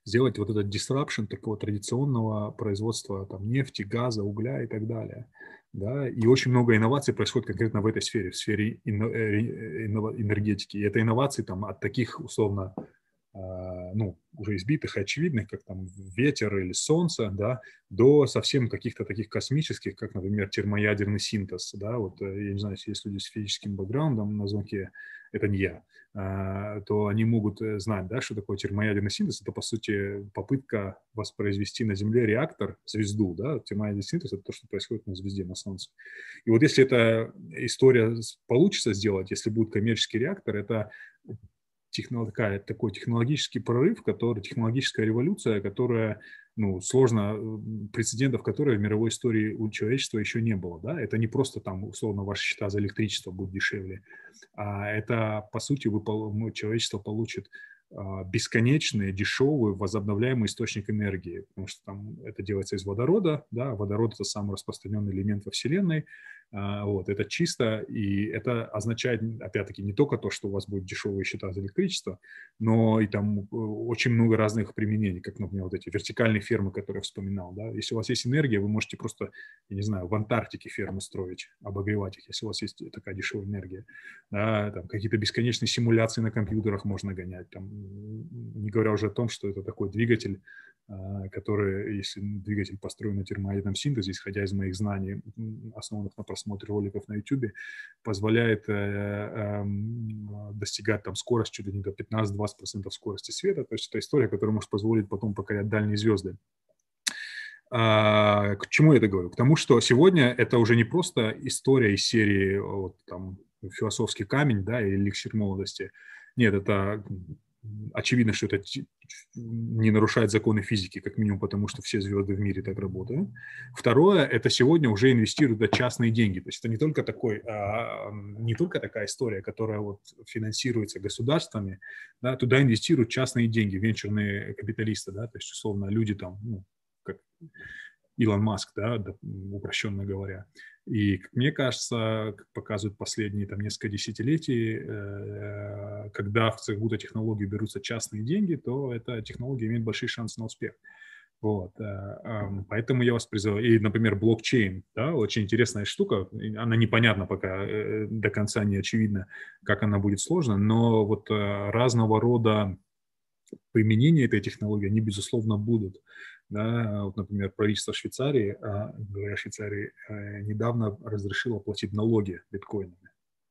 сделать вот этот disruption такого традиционного производства там, нефти, газа, угля и так далее. Да? И очень много инноваций происходит конкретно в этой сфере, в сфере энергетики. И это инновации там, от таких, условно, ну, уже избитых и очевидных, как там ветер или солнце, да, до совсем каких-то таких космических, как, например, термоядерный синтез, да, вот, я не знаю, если есть люди с физическим бэкграундом на звонке, это не я, то они могут знать, да, что такое термоядерный синтез. Это, по сути, попытка воспроизвести на Земле реактор, звезду, да, термоядерный синтез – это то, что происходит на звезде, на Солнце. И вот если эта история получится сделать, если будет коммерческий реактор, это такой технологический прорыв, технологическая революция, которая, ну, сложно, прецедентов которой в мировой истории у человечества еще не было. Да? Это не просто там, условно, ваши счета за электричество будут дешевле, а это, по сути, человечество получит бесконечный, дешевый, возобновляемый источник энергии, потому что там это делается из водорода, да, водород – это самый распространенный элемент во Вселенной, вот, это чисто, и это означает, опять-таки, не только то, что у вас будут дешевые счета за электричество, но и там очень много разных применений, как, например, вот эти вертикальные фермы, которые я вспоминал, да, если у вас есть энергия, вы можете просто, я не знаю, в Антарктике фермы строить, обогревать их, если у вас есть такая дешевая энергия, да, там какие-то бесконечные симуляции на компьютерах можно гонять, там, не говоря уже о том, что это такой двигатель, который, если двигатель построен на термоядерном синтезе, исходя из моих знаний, основанных на просмотре роликов на YouTube, позволяет достигать там скорость чуть ли не до 15-20% скорости света. То есть это история, которая может позволить потом покорять дальние звезды. К чему я это говорю? К тому, что сегодня это уже не просто история из серии вот, там, философский камень, да, или эликсир молодости. Нет, это очевидно, что это не нарушает законы физики, как минимум, потому что все звезды в мире так работают. Второе, это сегодня уже инвестируют частные деньги. То есть это не только такая история, которая вот финансируется государствами, да, туда инвестируют частные деньги, венчурные капиталисты, да, то есть, условно, люди там, ну, как Илон Маск, да, упрощенно говоря. И, как мне кажется, как показывают последние там, несколько десятилетий, когда в какую-то технологию берутся частные деньги, то эта технология имеет большие шансы на успех. Вот. Поэтому я вас призываю. И, например, блокчейн, да, очень интересная штука. Она непонятна пока, до конца не очевидно, как она будет сложна, но вот разного рода применения этой технологии, они, безусловно, будут. Да, вот, например, правительство Швейцарии, говоря о Швейцарии, недавно разрешило платить налоги биткоинами.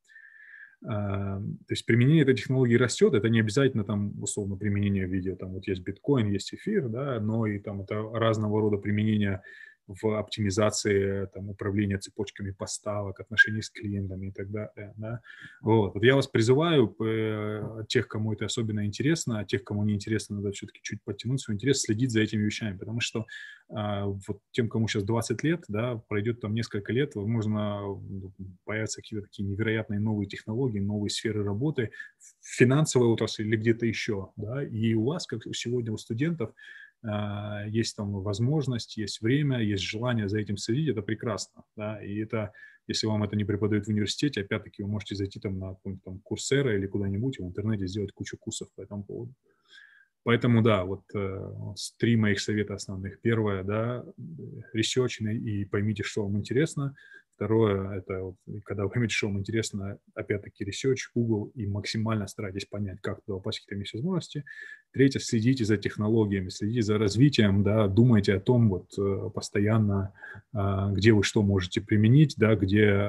То есть применение этой технологии растет, это не обязательно там условно применение в виде, там вот есть биткоин, есть эфир, да, но и там это разного рода применение в оптимизации там, управления цепочками поставок, отношений с клиентами и так далее. Да? Вот я вас призываю, тех, кому это особенно интересно, а тех, кому не интересно, надо все-таки чуть подтянуть свой интерес, следить за этими вещами, потому что вот тем, кому сейчас 20 лет, да, пройдет там несколько лет, возможно, появятся какие-то такие невероятные новые технологии, новые сферы работы в финансовой отрасли или где-то еще. Да? И у вас, как сегодня у студентов, есть там возможность, есть время, есть желание за этим следить, это прекрасно, да, и это, если вам это не преподают в университете, опять-таки вы можете зайти там на какой-нибудь там Coursera или куда-нибудь в интернете сделать кучу курсов по этому поводу. Поэтому, да, вот 3 моих совета основных. Первое, да, ресерчные и поймите, что вам интересно. Второе, это вот, когда вы поймете, что вам интересно, опять-таки ресерч, Google, и максимально старайтесь понять, как туда попасть, какие там есть возможности. Третье, следите за технологиями, следите за развитием, да, думайте о том вот постоянно, где вы что можете применить, да, где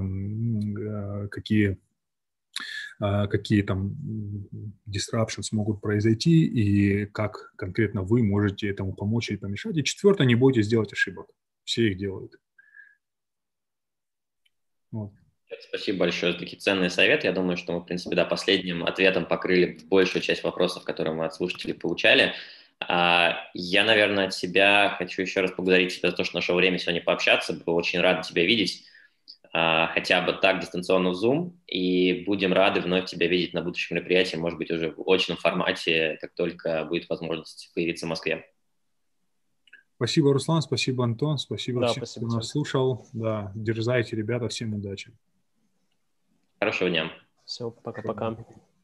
какие там disruptions могут произойти и как конкретно вы можете этому помочь или помешать. И четвертое, не бойтесь делать ошибок. Все их делают. Вот. Спасибо большое за такие ценные советы. Я думаю, что мы, в принципе, да, последним ответом покрыли большую часть вопросов, которые мы от слушателей получали. Я, наверное, от себя хочу еще раз поблагодарить тебя за то, что нашел время сегодня пообщаться. Был очень рад тебя видеть, хотя бы так дистанционно в Zoom, и будем рады вновь тебя видеть на будущем мероприятии, может быть, уже в очном формате, как только будет возможность появиться в Москве. Спасибо, Руслан, спасибо, Антон, спасибо да, всем, спасибо, кто нас слушал. Да, дерзайте, ребята, всем удачи. Хорошего дня. Все, пока-пока.